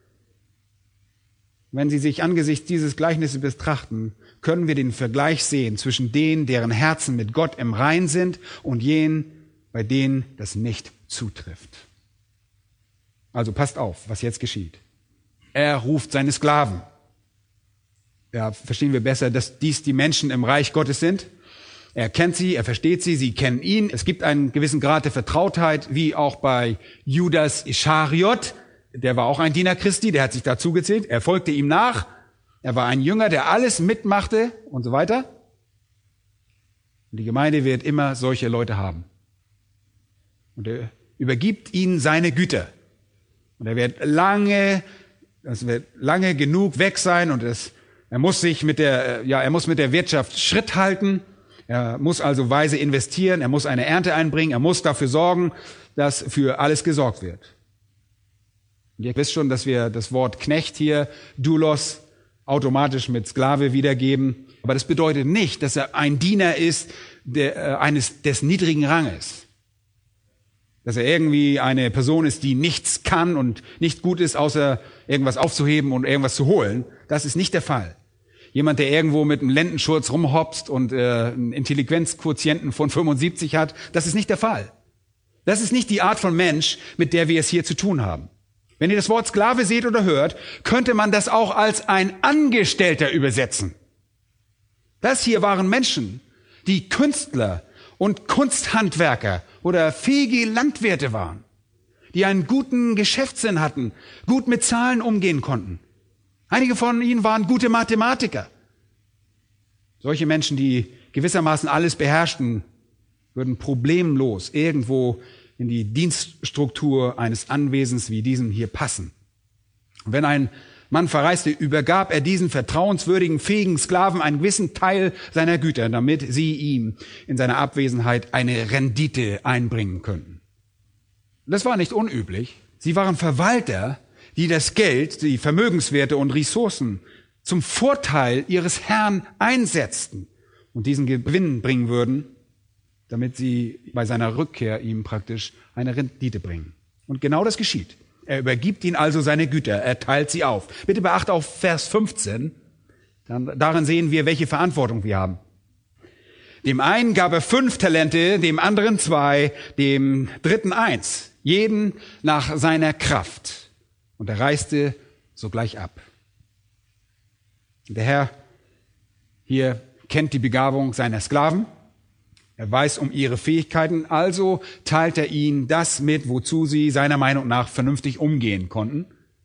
Wenn sie sich angesichts dieses Gleichnisses betrachten, können wir den Vergleich sehen zwischen denen, deren Herzen mit Gott im Rein sind, und jenen, bei denen das nicht zutrifft. Also passt auf, was jetzt geschieht. Er ruft seine Sklaven. Ja, verstehen wir besser, dass dies die Menschen im Reich Gottes sind. Er kennt sie, er versteht sie, sie kennen ihn. Es gibt einen gewissen Grad der Vertrautheit, wie auch bei Judas Ischariot. der war auch ein Diener Christi, der hat sich dazu gezählt, er folgte ihm nach, er war ein Jünger, der alles mitmachte und so weiter. Und die Gemeinde wird immer solche Leute haben. Und er übergibt ihnen seine Güter. Und er wird lange, das wird lange genug weg sein und es, er muss sich mit der, ja, er muss mit der Wirtschaft Schritt halten. Er muss also weise investieren, er muss eine Ernte einbringen, er muss dafür sorgen, dass für alles gesorgt wird. Und ihr wisst schon, dass wir das Wort Knecht hier, Doulos, automatisch mit Sklave wiedergeben. Aber das bedeutet nicht, dass er ein Diener ist, der, äh, eines des niedrigen Ranges. Dass er irgendwie eine Person ist, die nichts kann und nicht gut ist, außer irgendwas aufzuheben und irgendwas zu holen. Das ist nicht der Fall. Jemand, der irgendwo mit einem Lendenschurz rumhopst und äh, einen Intelligenzquotienten von fünfundsiebzig hat, das ist nicht der Fall. Das ist nicht die Art von Mensch, mit der wir es hier zu tun haben. Wenn ihr das Wort Sklave seht oder hört, könnte man das auch als ein Angestellter übersetzen. Das hier waren Menschen, die Künstler und Kunsthandwerker oder fähige Landwirte waren, die einen guten Geschäftssinn hatten, gut mit Zahlen umgehen konnten. Einige von ihnen waren gute Mathematiker. Solche Menschen, die gewissermaßen alles beherrschten, würden problemlos irgendwo in die Dienststruktur eines Anwesens wie diesem hier passen. Und wenn ein Mann verreiste, übergab er diesen vertrauenswürdigen, fähigen Sklaven einen gewissen Teil seiner Güter, damit sie ihm in seiner Abwesenheit eine Rendite einbringen könnten. Das war nicht unüblich. Sie waren Verwalter, die das Geld, die Vermögenswerte und Ressourcen zum Vorteil ihres Herrn einsetzten und diesen Gewinn bringen würden, damit sie bei seiner Rückkehr ihm praktisch eine Rendite bringen. Und genau das geschieht. Er übergibt ihnen also seine Güter, er teilt sie auf. Bitte beachte auf Vers fünfzehn, dann, darin sehen wir, welche Verantwortung wir haben. Dem einen gab er fünf Talente, dem anderen zwei, dem dritten eins, jeden nach seiner Kraft. Und er reiste sogleich ab. Der Herr hier kennt die Begabung seiner Sklaven. Er weiß um ihre Fähigkeiten, also teilt er ihnen das mit, wozu sie seiner Meinung nach vernünftig umgehen konnten.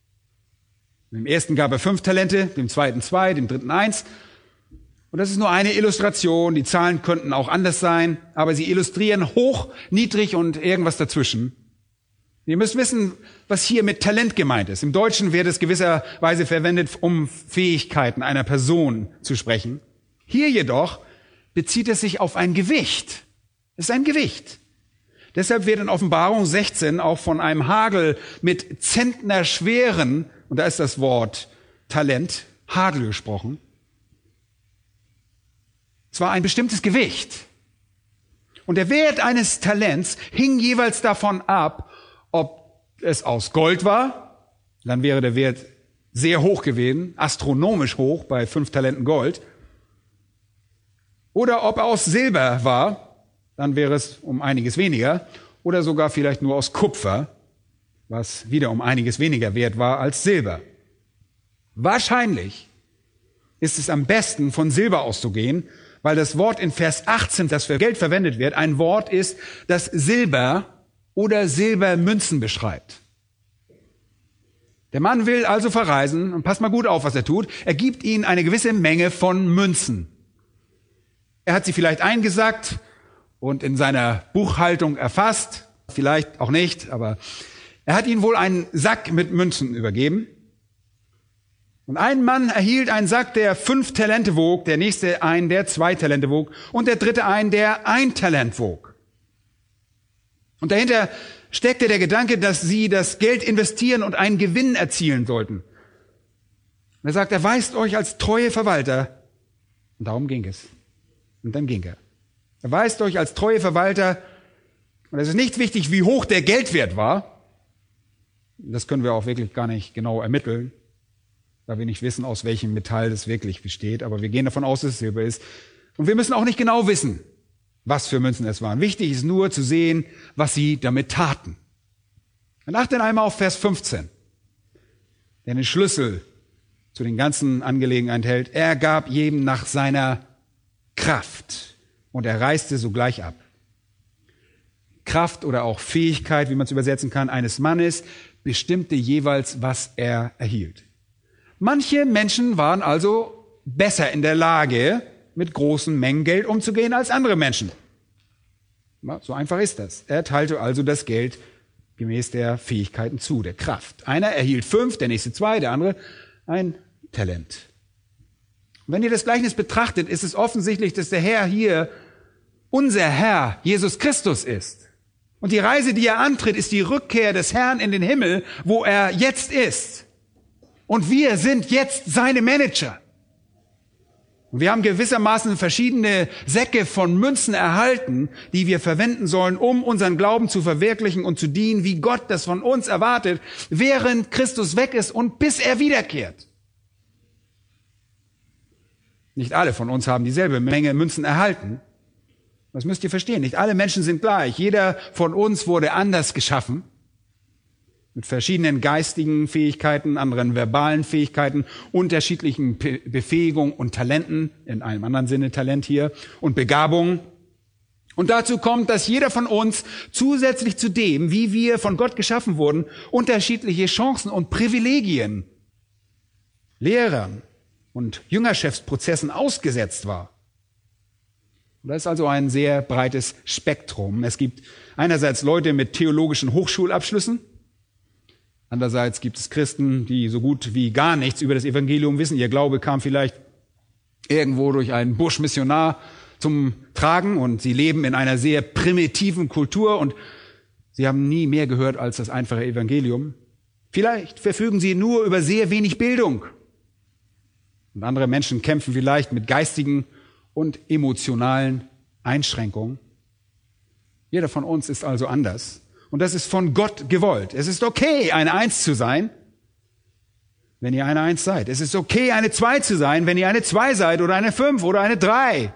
Dem ersten gab er fünf Talente, dem zweiten zwei, dem dritten eins. Und das ist nur eine Illustration. Die Zahlen könnten auch anders sein, aber sie illustrieren hoch, niedrig und irgendwas dazwischen. Ihr müsst wissen, was hier mit Talent gemeint ist. Im Deutschen wird es gewisserweise verwendet, um Fähigkeiten einer Person zu sprechen. Hier jedoch bezieht es sich auf ein Gewicht. Es ist ein Gewicht. Deshalb wird in Offenbarung sechzehn auch von einem Hagel mit zentnerschweren, und da ist das Wort Talent, Hagel gesprochen. Es war ein bestimmtes Gewicht. Und der Wert eines Talents hing jeweils davon ab, ob es aus Gold war, dann wäre der Wert sehr hoch gewesen, astronomisch hoch bei fünf Talenten Gold. Oder ob er aus Silber war, dann wäre es um einiges weniger. Oder sogar vielleicht nur aus Kupfer, was wieder um einiges weniger wert war als Silber. Wahrscheinlich ist es am besten, von Silber auszugehen, weil das Wort in Vers achtzehn, das für Geld verwendet wird, ein Wort ist, das Silber oder Silbermünzen beschreibt. Der Mann will also verreisen und passt mal gut auf, was er tut. Er gibt ihnen eine gewisse Menge von Münzen. Er hat sie vielleicht eingesackt und in seiner Buchhaltung erfasst, vielleicht auch nicht, aber er hat ihnen wohl einen Sack mit Münzen übergeben. Und ein Mann erhielt einen Sack, der fünf Talente wog, der nächste einen, der zwei Talente wog und der dritte einen, der ein Talent wog. Und dahinter steckte der Gedanke, dass sie das Geld investieren und einen Gewinn erzielen sollten. Und er sagt, erweist euch als treue Verwalter. Und darum ging es. Und dann ging er. Erweist euch als treue Verwalter. Und es ist nicht wichtig, wie hoch der Geldwert war. Das können wir auch wirklich gar nicht genau ermitteln, da wir nicht wissen, aus welchem Metall das wirklich besteht. Aber wir gehen davon aus, dass es Silber ist. Und wir müssen auch nicht genau wissen, was für Münzen es waren. Wichtig ist nur zu sehen, was sie damit taten. Und achten einmal auf Vers fünfzehn, der den Schlüssel zu den ganzen Angelegenheiten enthält. Er gab jedem nach seiner Kraft und er reiste sogleich ab. Kraft oder auch Fähigkeit, wie man es übersetzen kann, eines Mannes bestimmte jeweils, was er erhielt. Manche Menschen waren also besser in der Lage, mit großen Mengen Geld umzugehen als andere Menschen. So einfach ist das. Er teilte also das Geld gemäß der Fähigkeiten zu, der Kraft. Einer erhielt fünf, der nächste zwei, der andere ein Talent. Und wenn ihr das Gleichnis betrachtet, ist es offensichtlich, dass der Herr hier unser Herr Jesus Christus ist. Und die Reise, die er antritt, ist die Rückkehr des Herrn in den Himmel, wo er jetzt ist. Und wir sind jetzt seine Manager. Und wir haben gewissermaßen verschiedene Säcke von Münzen erhalten, die wir verwenden sollen, um unseren Glauben zu verwirklichen und zu dienen, wie Gott das von uns erwartet, während Christus weg ist und bis er wiederkehrt. Nicht alle von uns haben dieselbe Menge Münzen erhalten. Das müsst ihr verstehen. Nicht alle Menschen sind gleich. Jeder von uns wurde anders geschaffen. Mit verschiedenen geistigen Fähigkeiten, anderen verbalen Fähigkeiten, unterschiedlichen Befähigungen und Talenten, in einem anderen Sinne Talent hier, und Begabungen. Und dazu kommt, dass jeder von uns zusätzlich zu dem, wie wir von Gott geschaffen wurden, unterschiedliche Chancen und Privilegien, Lehrern und Jüngerschaftsprozessen ausgesetzt war. Und das ist also ein sehr breites Spektrum. Es gibt einerseits Leute mit theologischen Hochschulabschlüssen. Andererseits gibt es Christen, die so gut wie gar nichts über das Evangelium wissen. Ihr Glaube kam vielleicht irgendwo durch einen Buschmissionar zum Tragen und sie leben in einer sehr primitiven Kultur und sie haben nie mehr gehört als das einfache Evangelium. Vielleicht verfügen sie nur über sehr wenig Bildung. Und andere Menschen kämpfen vielleicht mit geistigen und emotionalen Einschränkungen. Jeder von uns ist also anders. Und das ist von Gott gewollt. Es ist okay, eine Eins zu sein, wenn ihr eine Eins seid. Es ist okay, eine Zwei zu sein, wenn ihr eine Zwei seid oder eine Fünf oder eine Drei.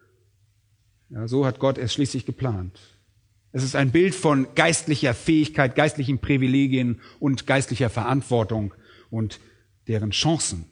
Ja, so hat Gott es schließlich geplant. Es ist ein Bild von geistlicher Fähigkeit, geistlichen Privilegien und geistlicher Verantwortung und deren Chancen.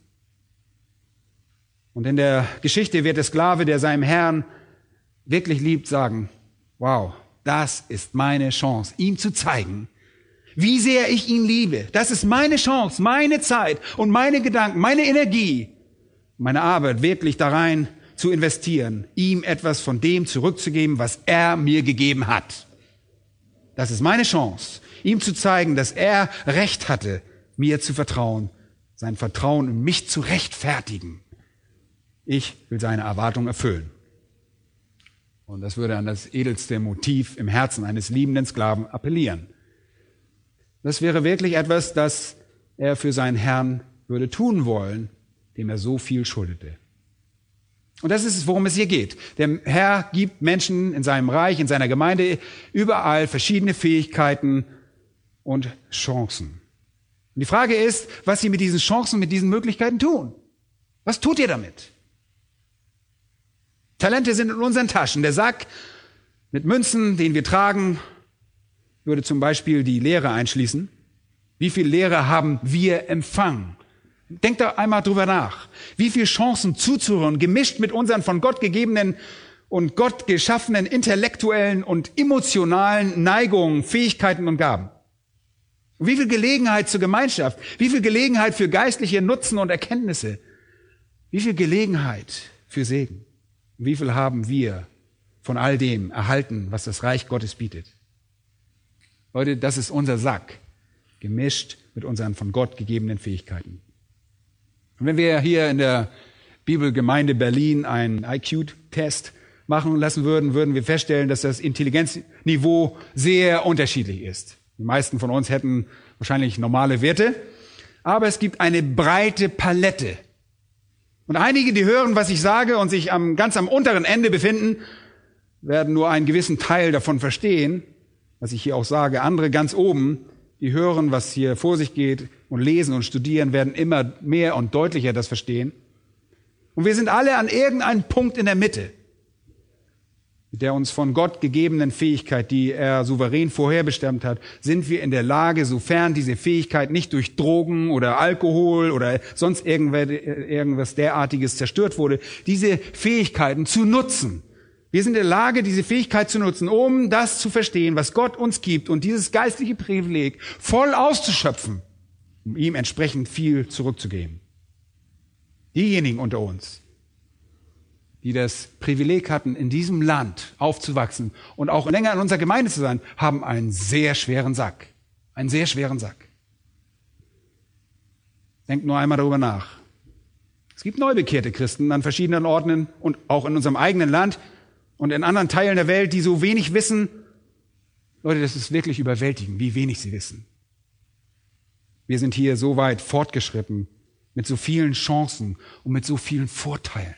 Und in der Geschichte wird der Sklave, der seinem Herrn wirklich liebt, sagen, wow, das ist meine Chance, ihm zu zeigen, wie sehr ich ihn liebe. Das ist meine Chance, meine Zeit und meine Gedanken, meine Energie, meine Arbeit wirklich da rein zu investieren, ihm etwas von dem zurückzugeben, was er mir gegeben hat. Das ist meine Chance, ihm zu zeigen, dass er Recht hatte, mir zu vertrauen, sein Vertrauen in mich zu rechtfertigen. Ich will seine Erwartung erfüllen. Und das würde an das edelste Motiv im Herzen eines liebenden Sklaven appellieren. Das wäre wirklich etwas, das er für seinen Herrn würde tun wollen, dem er so viel schuldete. Und das ist es, worum es hier geht. Der Herr gibt Menschen in seinem Reich, in seiner Gemeinde überall verschiedene Fähigkeiten und Chancen. Und die Frage ist, was sie mit diesen Chancen, mit diesen Möglichkeiten tun. Was tut ihr damit? Talente sind in unseren Taschen. Der Sack mit Münzen, den wir tragen, würde zum Beispiel die Lehre einschließen. Wie viel Lehre haben wir empfangen? Denkt da einmal drüber nach. Wie viele Chancen zuzuhören, gemischt mit unseren von Gott gegebenen und Gott geschaffenen intellektuellen und emotionalen Neigungen, Fähigkeiten und Gaben. Und wie viel Gelegenheit zur Gemeinschaft, wie viel Gelegenheit für geistliche Nutzen und Erkenntnisse, wie viel Gelegenheit für Segen. Wie viel haben wir von all dem erhalten, was das Reich Gottes bietet? Leute, das ist unser Sack, gemischt mit unseren von Gott gegebenen Fähigkeiten. Und wenn wir hier in der Bibelgemeinde Berlin einen I Q-Test machen lassen würden, würden wir feststellen, dass das Intelligenzniveau sehr unterschiedlich ist. Die meisten von uns hätten wahrscheinlich normale Werte, aber es gibt eine breite Palette. Und einige, die hören, was ich sage und sich am, ganz am unteren Ende befinden, werden nur einen gewissen Teil davon verstehen, was ich hier auch sage. Andere ganz oben, die hören, was hier vor sich geht und lesen und studieren, werden immer mehr und deutlicher das verstehen. Und wir sind alle an irgendeinem Punkt in der Mitte, mit der uns von Gott gegebenen Fähigkeit, die er souverän vorherbestimmt hat, sind wir in der Lage, sofern diese Fähigkeit nicht durch Drogen oder Alkohol oder sonst irgendwas derartiges zerstört wurde, diese Fähigkeiten zu nutzen Wir sind in der Lage, diese Fähigkeit zu nutzen, um das zu verstehen, was Gott uns gibt und dieses geistliche Privileg voll auszuschöpfen, um ihm entsprechend viel zurückzugeben. Diejenigen unter uns, die das Privileg hatten, in diesem Land aufzuwachsen und auch länger in unserer Gemeinde zu sein, haben einen sehr schweren Sack. Einen sehr schweren Sack. Denkt nur einmal darüber nach. Es gibt neubekehrte Christen an verschiedenen Orten und auch in unserem eigenen Land und in anderen Teilen der Welt, die so wenig wissen. Leute, das ist wirklich überwältigend, wie wenig sie wissen. Wir sind hier so weit fortgeschritten, mit so vielen Chancen und mit so vielen Vorteilen.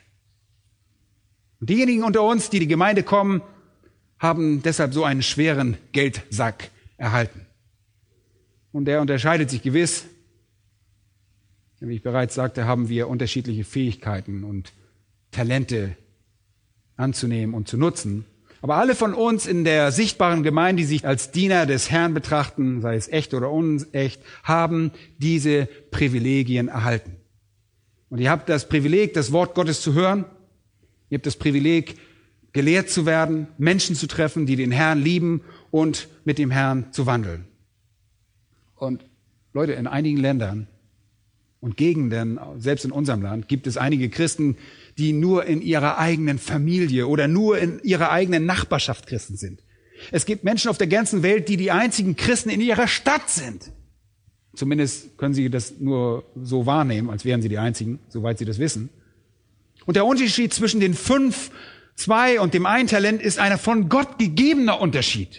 Und diejenigen unter uns, die in die Gemeinde kommen, haben deshalb so einen schweren Geldsack erhalten. Und der unterscheidet sich gewiss. Wie ich bereits sagte, haben wir unterschiedliche Fähigkeiten und Talente anzunehmen und zu nutzen. Aber alle von uns in der sichtbaren Gemeinde, die sich als Diener des Herrn betrachten, sei es echt oder unecht, haben diese Privilegien erhalten. Und ihr habt das Privileg, das Wort Gottes zu hören. Ihr habt das Privileg, gelehrt zu werden, Menschen zu treffen, die den Herrn lieben und mit dem Herrn zu wandeln. Und Leute, in einigen Ländern und Gegenden, selbst in unserem Land, gibt es einige Christen, die nur in ihrer eigenen Familie oder nur in ihrer eigenen Nachbarschaft Christen sind. Es gibt Menschen auf der ganzen Welt, die die einzigen Christen in ihrer Stadt sind. Zumindest können sie das nur so wahrnehmen, als wären sie die einzigen, soweit sie das wissen. Und der Unterschied zwischen den fünf, zwei und dem einen Talent ist einer von Gott gegebener Unterschied.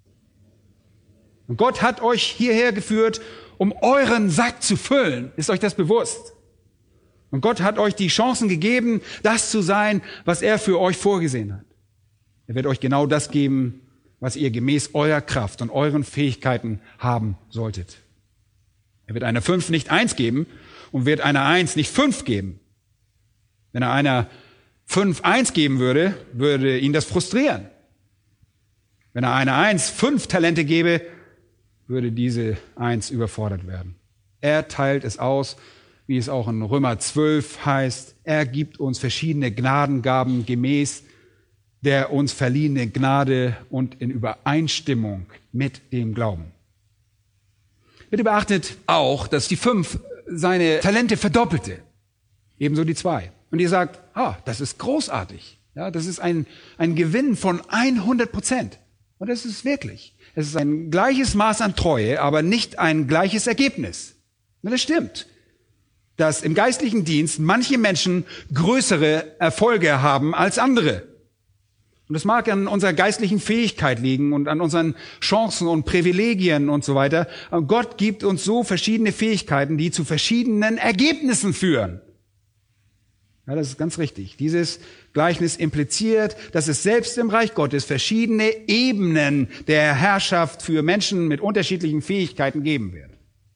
Und Gott hat euch hierher geführt, um euren Sack zu füllen. Ist euch das bewusst? Und Gott hat euch die Chancen gegeben, das zu sein, was er für euch vorgesehen hat. Er wird euch genau das geben, was ihr gemäß eurer Kraft und euren Fähigkeiten haben solltet. Er wird einer fünf nicht eins geben und wird einer eins nicht fünf geben. Wenn er einer fünf eins geben würde, würde ihn das frustrieren. Wenn er einer eins fünf Talente gebe, würde diese eins überfordert werden. Er teilt es aus, wie es auch in Römer zwölf heißt. Er gibt uns verschiedene Gnadengaben gemäß der uns verliehenen Gnade und in Übereinstimmung mit dem Glauben. Bitte beachtet auch, dass die fünf seine Talente verdoppelte. Ebenso die zwei. Und ihr sagt, ah, das ist großartig. Ja, das ist ein, ein Gewinn von hundert Prozent. Und das ist wirklich. Es ist ein gleiches Maß an Treue, aber nicht ein gleiches Ergebnis. Und das stimmt, dass im geistlichen Dienst manche Menschen größere Erfolge haben als andere. Und das mag an unserer geistlichen Fähigkeit liegen und an unseren Chancen und Privilegien und so weiter. Aber Gott gibt uns so verschiedene Fähigkeiten, die zu verschiedenen Ergebnissen führen. Ja, das ist ganz richtig. Dieses Gleichnis impliziert, dass es selbst im Reich Gottes verschiedene Ebenen der Herrschaft für Menschen mit unterschiedlichen Fähigkeiten geben wird.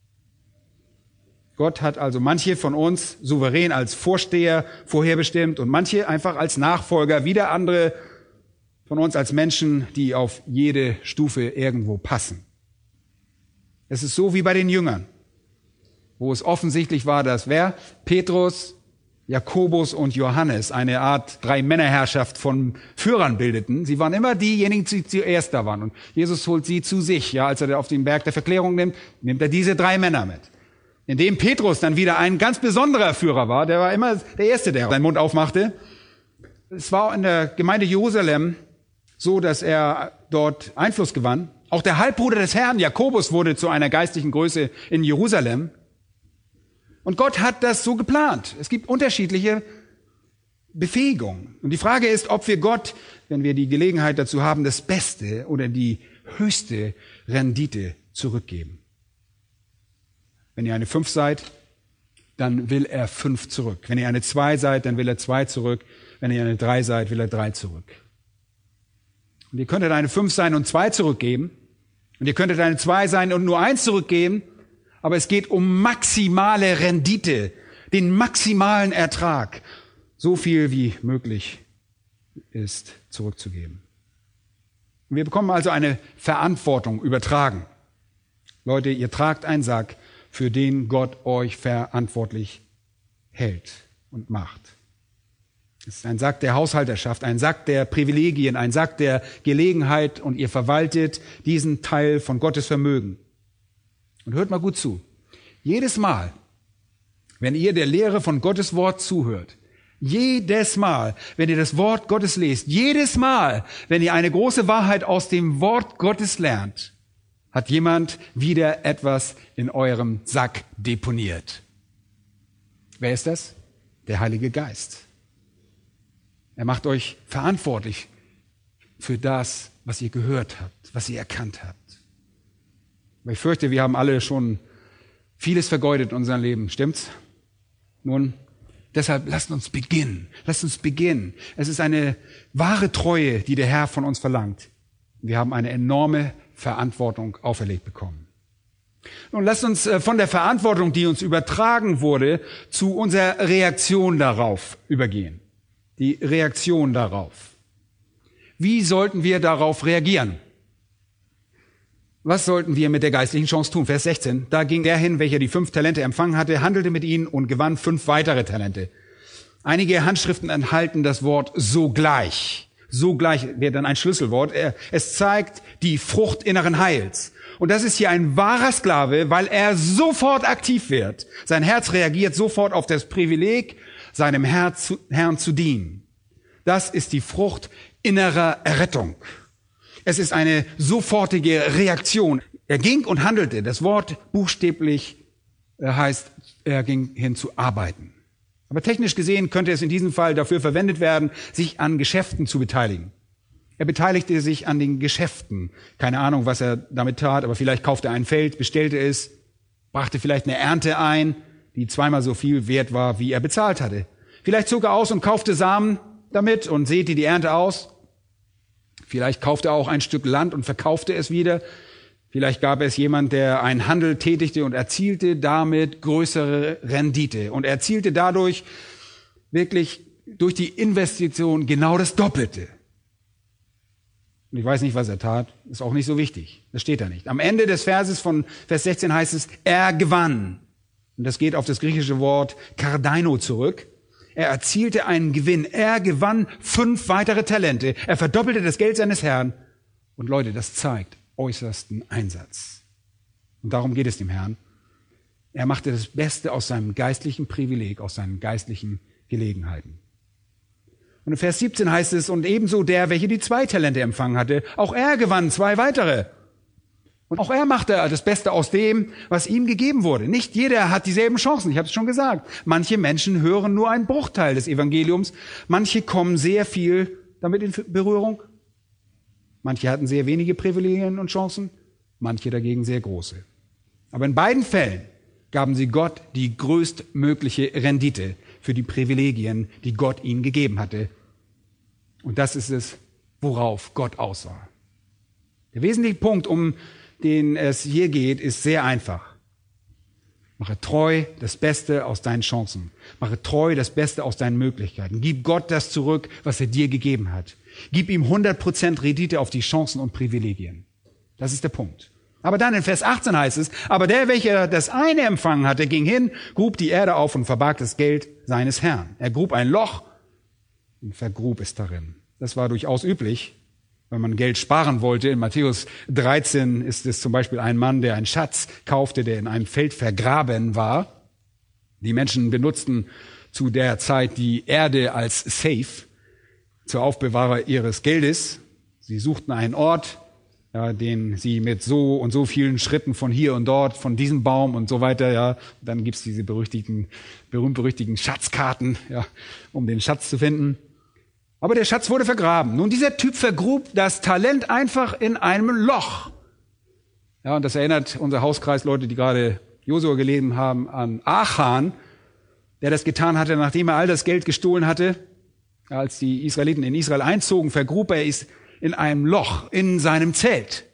Gott hat also manche von uns souverän als Vorsteher vorherbestimmt und manche einfach als Nachfolger, wieder andere von uns als Menschen, die auf jede Stufe irgendwo passen. Es ist so wie bei den Jüngern, wo es offensichtlich war, dass wer? Petrus, Jakobus und Johannes eine Art Drei-Männer-Herrschaft von Führern bildeten. Sie waren immer diejenigen, die zuerst da waren. Und Jesus holt sie zu sich. Ja, als er auf den Berg der Verklärung nimmt, nimmt er diese drei Männer mit. Indem Petrus dann wieder ein ganz besonderer Führer war. Der war immer der Erste, der seinen Mund aufmachte. Es war in der Gemeinde Jerusalem so, dass er dort Einfluss gewann. Auch der Halbbruder des Herrn, Jakobus, wurde zu einer geistlichen Größe in Jerusalem. Und Gott hat das so geplant. Es gibt unterschiedliche Befähigungen. Und die Frage ist, ob wir Gott, wenn wir die Gelegenheit dazu haben, das Beste oder die höchste Rendite zurückgeben. Wenn ihr eine fünf seid, dann will er fünf zurück. Wenn ihr eine zwei seid, dann will er zwei zurück. Wenn ihr eine drei seid, will er drei zurück. Und ihr könntet eine fünf sein und zwei zurückgeben. Und ihr könntet eine zwei sein und nur eins zurückgeben. Aber es geht um maximale Rendite, den maximalen Ertrag. So viel wie möglich ist zurückzugeben. Und wir bekommen also eine Verantwortung übertragen. Leute, ihr tragt einen Sack, für den Gott euch verantwortlich hält und macht. Es ist ein Sack der Haushalterschaft, ein Sack der Privilegien, ein Sack der Gelegenheit und ihr verwaltet diesen Teil von Gottes Vermögen. Und hört mal gut zu. Jedes Mal, wenn ihr der Lehre von Gottes Wort zuhört, jedes Mal, wenn ihr das Wort Gottes lest, jedes Mal, wenn ihr eine große Wahrheit aus dem Wort Gottes lernt, hat jemand wieder etwas in eurem Sack deponiert. Wer ist das? Der Heilige Geist. Er macht euch verantwortlich für das, was ihr gehört habt, was ihr erkannt habt. Aber ich fürchte, wir haben alle schon vieles vergeudet in unserem Leben, stimmt's? Nun, deshalb lasst uns beginnen. Lasst uns beginnen. Es ist eine wahre Treue, die der Herr von uns verlangt. Wir haben eine enorme Verantwortung auferlegt bekommen. Nun lasst uns von der Verantwortung, die uns übertragen wurde, zu unserer Reaktion darauf übergehen. Die Reaktion darauf. Wie sollten wir darauf reagieren? Was sollten wir mit der geistlichen Chance tun? Vers sechzehn. Da ging der hin, welcher die fünf Talente empfangen hatte, handelte mit ihnen und gewann fünf weitere Talente. Einige Handschriften enthalten das Wort sogleich. Sogleich wäre dann ein Schlüsselwort. Es zeigt die Frucht inneren Heils. Und das ist hier ein wahrer Sklave, weil er sofort aktiv wird. Sein Herz reagiert sofort auf das Privileg, seinem Herrn zu, Herrn zu dienen. Das ist die Frucht innerer Errettung. Es ist eine sofortige Reaktion. Er ging und handelte. Das Wort buchstäblich heißt, er ging hin zu arbeiten. Aber technisch gesehen könnte es in diesem Fall dafür verwendet werden, sich an Geschäften zu beteiligen. Er beteiligte sich an den Geschäften. Keine Ahnung, was er damit tat, aber vielleicht kaufte er ein Feld, bestellte es, brachte vielleicht eine Ernte ein, die zweimal so viel wert war, wie er bezahlt hatte. Vielleicht zog er aus und kaufte Samen damit und säte die Ernte aus. Vielleicht kaufte er auch ein Stück Land und verkaufte es wieder. Vielleicht gab es jemand, der einen Handel tätigte und erzielte damit größere Rendite und erzielte dadurch wirklich durch die Investition genau das Doppelte. Und ich weiß nicht, was er tat, ist auch nicht so wichtig. Das steht da nicht. Am Ende des Verses von Vers sechzehn heißt es, er gewann. Und das geht auf das griechische Wort kardaino zurück. Er erzielte einen Gewinn. Er gewann fünf weitere Talente. Er verdoppelte das Geld seines Herrn. Und Leute, das zeigt äußersten Einsatz. Und darum geht es dem Herrn. Er machte das Beste aus seinem geistlichen Privileg, aus seinen geistlichen Gelegenheiten. Und in Vers siebzehn heißt es, und ebenso der, welcher die zwei Talente empfangen hatte, auch er gewann zwei weitere. Und auch er machte das Beste aus dem, was ihm gegeben wurde. Nicht jeder hat dieselben Chancen, ich habe es schon gesagt. Manche Menschen hören nur einen Bruchteil des Evangeliums. Manche kommen sehr viel damit in Berührung. Manche hatten sehr wenige Privilegien und Chancen, manche dagegen sehr große. Aber in beiden Fällen gaben sie Gott die größtmögliche Rendite für die Privilegien, die Gott ihnen gegeben hatte. Und das ist es, worauf Gott aus war. Der wesentliche Punkt, um den es hier geht, ist sehr einfach. Mache treu das Beste aus deinen Chancen. Mache treu das Beste aus deinen Möglichkeiten. Gib Gott das zurück, was er dir gegeben hat. Gib ihm hundert Prozent Rendite auf die Chancen und Privilegien. Das ist der Punkt. Aber dann in Vers achtzehn heißt es, aber der, welcher das eine empfangen hatte, ging hin, grub die Erde auf und verbarg das Geld seines Herrn. Er grub ein Loch und vergrub es darin. Das war durchaus üblich, wenn man Geld sparen wollte. In Matthäus dreizehn ist es zum Beispiel ein Mann, der einen Schatz kaufte, der in einem Feld vergraben war. Die Menschen benutzten zu der Zeit die Erde als Safe zur Aufbewahrung ihres Geldes. Sie suchten einen Ort, ja, den sie mit so und so vielen Schritten von hier und dort, von diesem Baum und so weiter, ja, dann gibt's diese berüchtigten, berühmt-berüchtigten Schatzkarten, ja, um den Schatz zu finden. Aber der Schatz wurde vergraben. Nun, dieser Typ vergrub das Talent einfach in einem Loch. Ja, und das erinnert unser Hauskreis, Leute, die gerade Josua gelesen haben, an Achan, der das getan hatte, nachdem er all das Geld gestohlen hatte. Als die Israeliten in Israel einzogen, vergrub er es in einem Loch in seinem Zelt.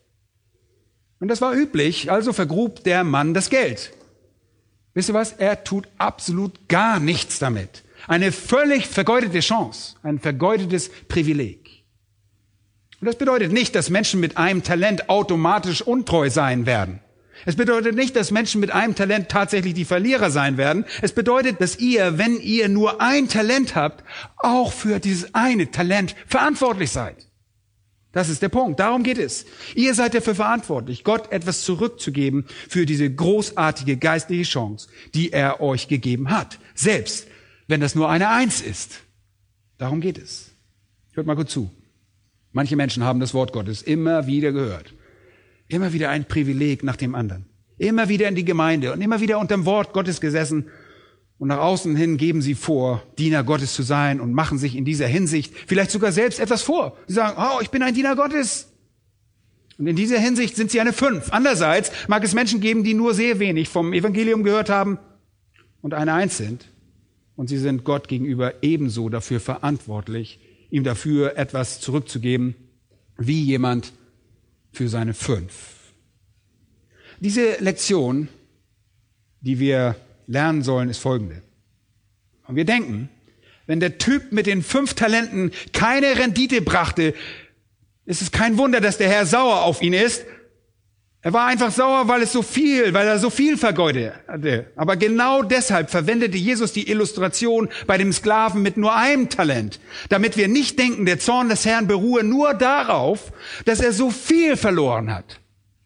Und das war üblich, also vergrub der Mann das Geld. Wisst ihr was? Er tut absolut gar nichts damit. Eine völlig vergeudete Chance, ein vergeudetes Privileg. Und das bedeutet nicht, dass Menschen mit einem Talent automatisch untreu sein werden. Es bedeutet nicht, dass Menschen mit einem Talent tatsächlich die Verlierer sein werden. Es bedeutet, dass ihr, wenn ihr nur ein Talent habt, auch für dieses eine Talent verantwortlich seid. Das ist der Punkt. Darum geht es. Ihr seid dafür verantwortlich, Gott etwas zurückzugeben für diese großartige geistliche Chance, die er euch gegeben hat. Selbst wenn das nur eine Eins ist. Darum geht es. Hört mal gut zu. Manche Menschen haben das Wort Gottes immer wieder gehört. Immer wieder ein Privileg nach dem anderen. Immer wieder in die Gemeinde und immer wieder unter dem Wort Gottes gesessen. Und nach außen hin geben sie vor, Diener Gottes zu sein und machen sich in dieser Hinsicht vielleicht sogar selbst etwas vor. Sie sagen, oh, ich bin ein Diener Gottes. Und in dieser Hinsicht sind sie eine Fünf. Andererseits mag es Menschen geben, die nur sehr wenig vom Evangelium gehört haben und eine Eins sind. Und sie sind Gott gegenüber ebenso dafür verantwortlich, ihm dafür etwas zurückzugeben, wie jemand für seine Fünf. Diese Lektion, die wir lernen sollen, ist folgende. Und wir denken, wenn der Typ mit den fünf Talenten keine Rendite brachte, ist es kein Wunder, dass der Herr sauer auf ihn ist. Er war einfach sauer, weil es so viel, weil er so viel vergeudete. Aber genau deshalb verwendete Jesus die Illustration bei dem Sklaven mit nur einem Talent, damit wir nicht denken, der Zorn des Herrn beruhe nur darauf, dass er so viel verloren hat.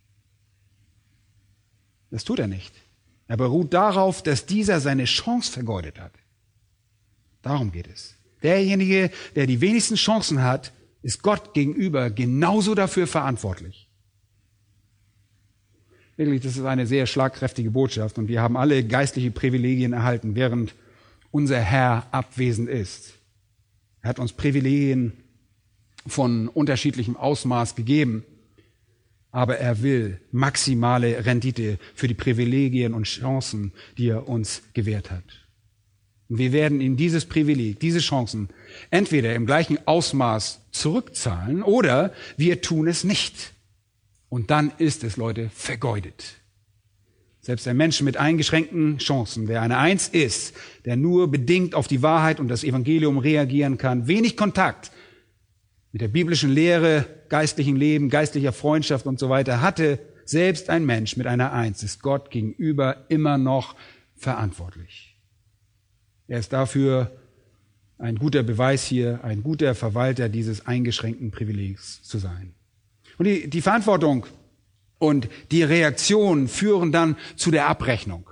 Das tut er nicht. Er beruht darauf, dass dieser seine Chance vergeudet hat. Darum geht es. Derjenige, der die wenigsten Chancen hat, ist Gott gegenüber genauso dafür verantwortlich. Wirklich, das ist eine sehr schlagkräftige Botschaft und wir haben alle geistliche Privilegien erhalten, während unser Herr abwesend ist. Er hat uns Privilegien von unterschiedlichem Ausmaß gegeben, aber er will maximale Rendite für die Privilegien und Chancen, die er uns gewährt hat. Und wir werden ihm dieses Privileg, diese Chancen entweder im gleichen Ausmaß zurückzahlen oder wir tun es nicht. Und dann ist es, Leute, vergeudet. Selbst ein Mensch mit eingeschränkten Chancen, der eine Eins ist, der nur bedingt auf die Wahrheit und das Evangelium reagieren kann, wenig Kontakt mit der biblischen Lehre, geistlichen Leben, geistlicher Freundschaft und so weiter hatte, selbst ein Mensch mit einer Eins ist Gott gegenüber immer noch verantwortlich. Er ist dafür ein guter Beweis hier, ein guter Verwalter dieses eingeschränkten Privilegs zu sein. Und die, die Verantwortung und die Reaktion führen dann zu der Abrechnung.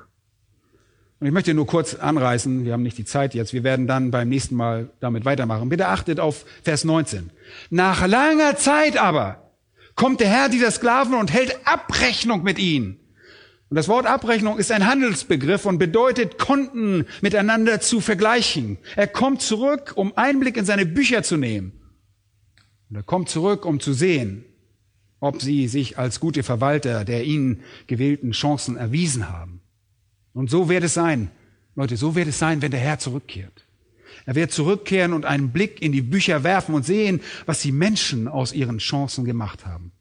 Und ich möchte nur kurz anreißen, wir haben nicht die Zeit jetzt, wir werden dann beim nächsten Mal damit weitermachen. Bitte achtet auf Vers neunzehn. Nach langer Zeit aber kommt der Herr dieser Sklaven und hält Abrechnung mit ihnen. Und das Wort Abrechnung ist ein Handelsbegriff und bedeutet, Konten miteinander zu vergleichen. Er kommt zurück, um Einblick in seine Bücher zu nehmen. Und er kommt zurück, um zu sehen, ob sie sich als gute Verwalter der ihnen gewählten Chancen erwiesen haben. Und so wird es sein, Leute, so wird es sein, wenn der Herr zurückkehrt. Er wird zurückkehren und einen Blick in die Bücher werfen und sehen, was die Menschen aus ihren Chancen gemacht haben.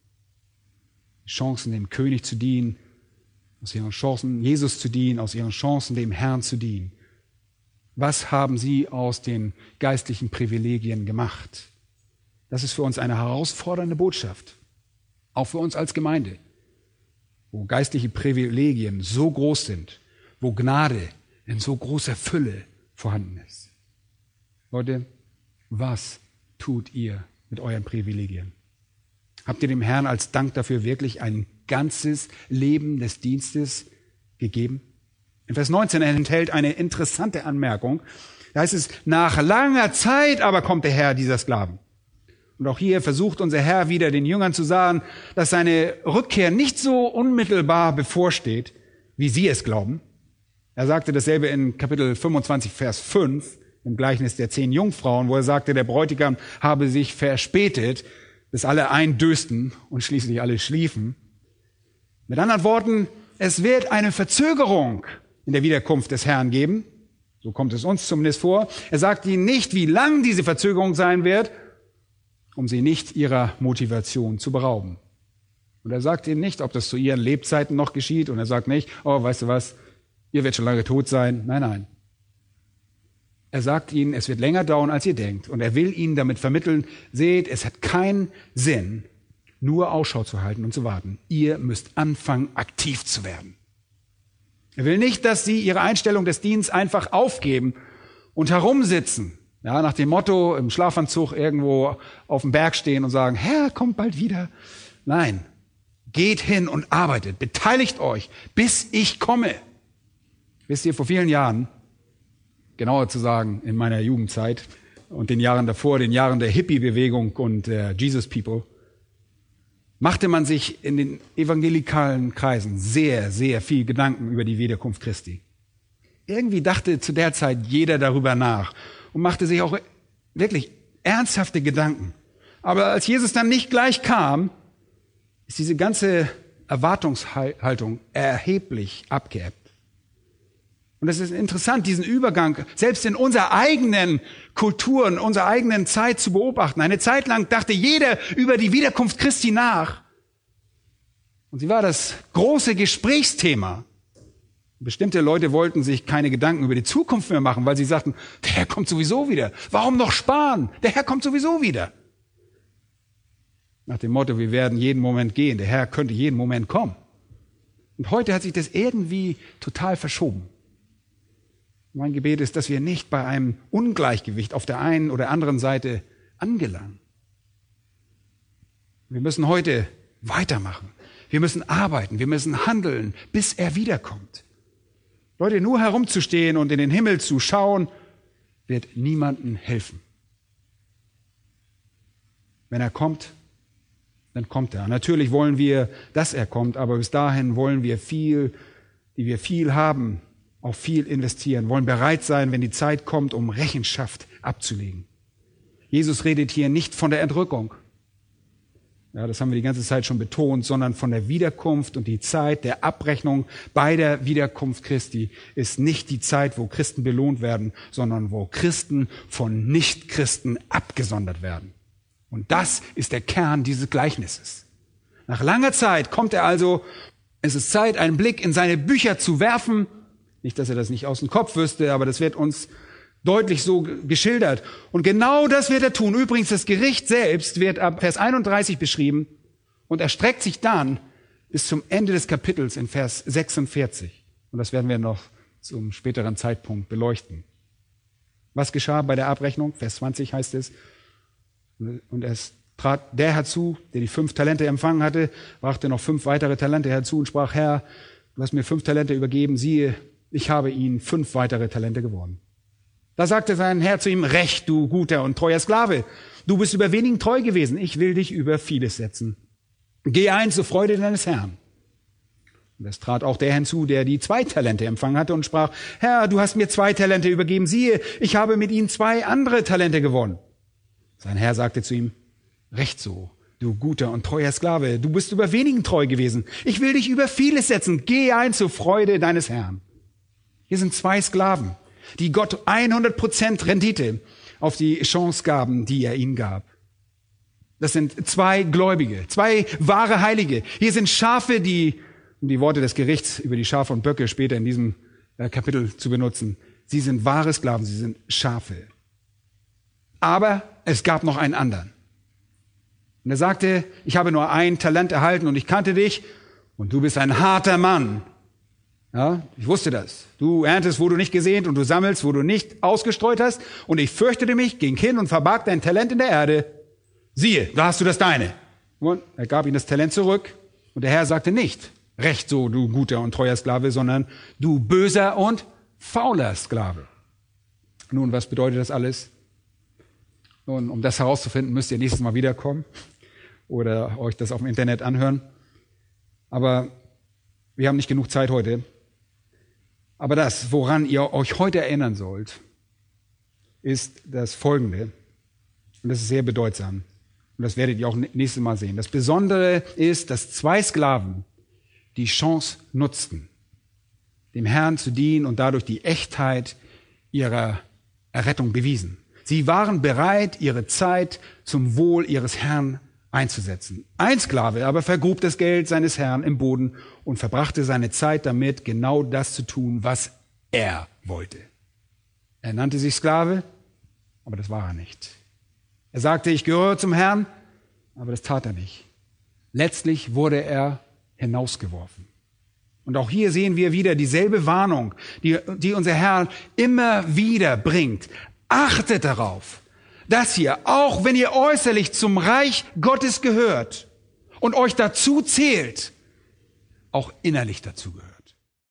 Die Chancen, dem König zu dienen, aus ihren Chancen, Jesus zu dienen, aus ihren Chancen, dem Herrn zu dienen. Was haben sie aus den geistlichen Privilegien gemacht? Das ist für uns eine herausfordernde Botschaft. Auch für uns als Gemeinde, wo geistliche Privilegien so groß sind, wo Gnade in so großer Fülle vorhanden ist. Leute, was tut ihr mit euren Privilegien? Habt ihr dem Herrn als Dank dafür wirklich ein ganzes Leben des Dienstes gegeben? In Vers neunzehn enthält eine interessante Anmerkung. Da heißt es, nach langer Zeit aber kommt der Herr dieser Sklaven. Und auch hier versucht unser Herr wieder den Jüngern zu sagen, dass seine Rückkehr nicht so unmittelbar bevorsteht, wie sie es glauben. Er sagte dasselbe in Kapitel fünfundzwanzig, Vers fünf, im Gleichnis der zehn Jungfrauen, wo er sagte, der Bräutigam habe sich verspätet, bis alle eindösten und schließlich alle schliefen. Mit anderen Worten, es wird eine Verzögerung in der Wiederkunft des Herrn geben. So kommt es uns zumindest vor. Er sagt ihnen nicht, wie lang diese Verzögerung sein wird, um sie nicht ihrer Motivation zu berauben. Und er sagt ihnen nicht, ob das zu ihren Lebzeiten noch geschieht. Und er sagt nicht, oh, weißt du was, ihr werdet schon lange tot sein. Nein, nein. Er sagt ihnen, es wird länger dauern, als ihr denkt. Und er will ihnen damit vermitteln, seht, es hat keinen Sinn, nur Ausschau zu halten und zu warten. Ihr müsst anfangen, aktiv zu werden. Er will nicht, dass sie ihre Einstellung des Dienstes einfach aufgeben und herumsitzen. Ja, nach dem Motto, im Schlafanzug irgendwo auf dem Berg stehen und sagen, Herr, kommt bald wieder. Nein, geht hin und arbeitet, beteiligt euch, bis ich komme. Wisst ihr, vor vielen Jahren, genauer zu sagen, in meiner Jugendzeit und den Jahren davor, den Jahren der Hippie-Bewegung und der Jesus People, machte man sich in den evangelikalen Kreisen sehr, sehr viel Gedanken über die Wiederkunft Christi. Irgendwie dachte zu der Zeit jeder darüber nach und machte sich auch wirklich ernsthafte Gedanken. Aber als Jesus dann nicht gleich kam, ist diese ganze Erwartungshaltung erheblich abgeebbt. Und es ist interessant, diesen Übergang selbst in unserer eigenen Kultur, in unserer eigenen Zeit zu beobachten. Eine Zeit lang dachte jeder über die Wiederkunft Christi nach. Und sie war das große Gesprächsthema. Bestimmte Leute wollten sich keine Gedanken über die Zukunft mehr machen, weil sie sagten, der Herr kommt sowieso wieder. Warum noch sparen? Der Herr kommt sowieso wieder. Nach dem Motto, wir werden jeden Moment gehen. Der Herr könnte jeden Moment kommen. Und heute hat sich das irgendwie total verschoben. Mein Gebet ist, dass wir nicht bei einem Ungleichgewicht auf der einen oder anderen Seite angelangen. Wir müssen heute weitermachen. Wir müssen arbeiten. Wir müssen handeln, bis er wiederkommt. Leute, nur herumzustehen und in den Himmel zu schauen, wird niemandem helfen. Wenn er kommt, dann kommt er. Natürlich wollen wir, dass er kommt, aber bis dahin wollen wir viel, die wir viel haben, auch viel investieren, wollen bereit sein, wenn die Zeit kommt, um Rechenschaft abzulegen. Jesus redet hier nicht von der Entrückung. Ja, das haben wir die ganze Zeit schon betont, sondern von der Wiederkunft, und die Zeit der Abrechnung bei der Wiederkunft Christi ist nicht die Zeit, wo Christen belohnt werden, sondern wo Christen von Nichtchristen abgesondert werden. Und das ist der Kern dieses Gleichnisses. Nach langer Zeit kommt er also, es ist Zeit, einen Blick in seine Bücher zu werfen. Nicht, dass er das nicht aus dem Kopf wüsste, aber das wird uns deutlich so geschildert. Und genau das wird er tun. Übrigens, das Gericht selbst wird ab Vers einunddreißig beschrieben und erstreckt sich dann bis zum Ende des Kapitels in Vers sechsundvierzig. Und das werden wir noch zum späteren Zeitpunkt beleuchten. Was geschah bei der Abrechnung? Vers zwanzig heißt es, und es trat der herzu, der die fünf Talente empfangen hatte, brachte noch fünf weitere Talente herzu und sprach, Herr, du hast mir fünf Talente übergeben, siehe, ich habe ihnen fünf weitere Talente gewonnen. Da sagte sein Herr zu ihm, Recht, du guter und treuer Sklave. Du bist über wenigen treu gewesen. Ich will dich über vieles setzen. Geh ein zur Freude deines Herrn. Und es trat auch der hinzu, der die zwei Talente empfangen hatte und sprach, Herr, du hast mir zwei Talente übergeben. Siehe, ich habe mit ihnen zwei andere Talente gewonnen. Sein Herr sagte zu ihm, Recht so, du guter und treuer Sklave. Du bist über wenigen treu gewesen. Ich will dich über vieles setzen. Geh ein zur Freude deines Herrn. Hier sind zwei Sklaven, die Gott hundert Prozent Rendite auf die Chance gaben, die er ihnen gab. Das sind zwei Gläubige, zwei wahre Heilige. Hier sind Schafe, die, um die Worte des Gerichts über die Schafe und Böcke später in diesem Kapitel zu benutzen, sie sind wahre Sklaven, sie sind Schafe. Aber es gab noch einen anderen. Und er sagte, ich habe nur ein Talent erhalten und ich kannte dich und du bist ein harter Mann. Ja, ich wusste das. Du erntest, wo du nicht gesät, und du sammelst, wo du nicht ausgestreut hast. Und ich fürchtete mich, ging hin und verbarg dein Talent in der Erde. Siehe, da hast du das deine. Und er gab ihm das Talent zurück. Und der Herr sagte nicht, Recht so, du guter und treuer Sklave, sondern du böser und fauler Sklave. Nun, was bedeutet das alles? Nun, um das herauszufinden, müsst ihr nächstes Mal wiederkommen oder euch das auf dem Internet anhören. Aber wir haben nicht genug Zeit heute. Aber das, woran ihr euch heute erinnern sollt, ist das Folgende. Und das ist sehr bedeutsam. Und das werdet ihr auch nächstes Mal sehen. Das Besondere ist, dass zwei Sklaven die Chance nutzten, dem Herrn zu dienen und dadurch die Echtheit ihrer Errettung bewiesen. Sie waren bereit, ihre Zeit zum Wohl ihres Herrn einzusetzen. Ein Sklave aber vergrub das Geld seines Herrn im Boden und verbrachte seine Zeit damit, genau das zu tun, was er wollte. Er nannte sich Sklave, aber das war er nicht. Er sagte, ich gehöre zum Herrn, aber das tat er nicht. Letztlich wurde er hinausgeworfen. Und auch hier sehen wir wieder dieselbe Warnung, die, die unser Herr immer wieder bringt. Achtet darauf, dass ihr, auch wenn ihr äußerlich zum Reich Gottes gehört und euch dazu zählt, auch innerlich dazu gehört.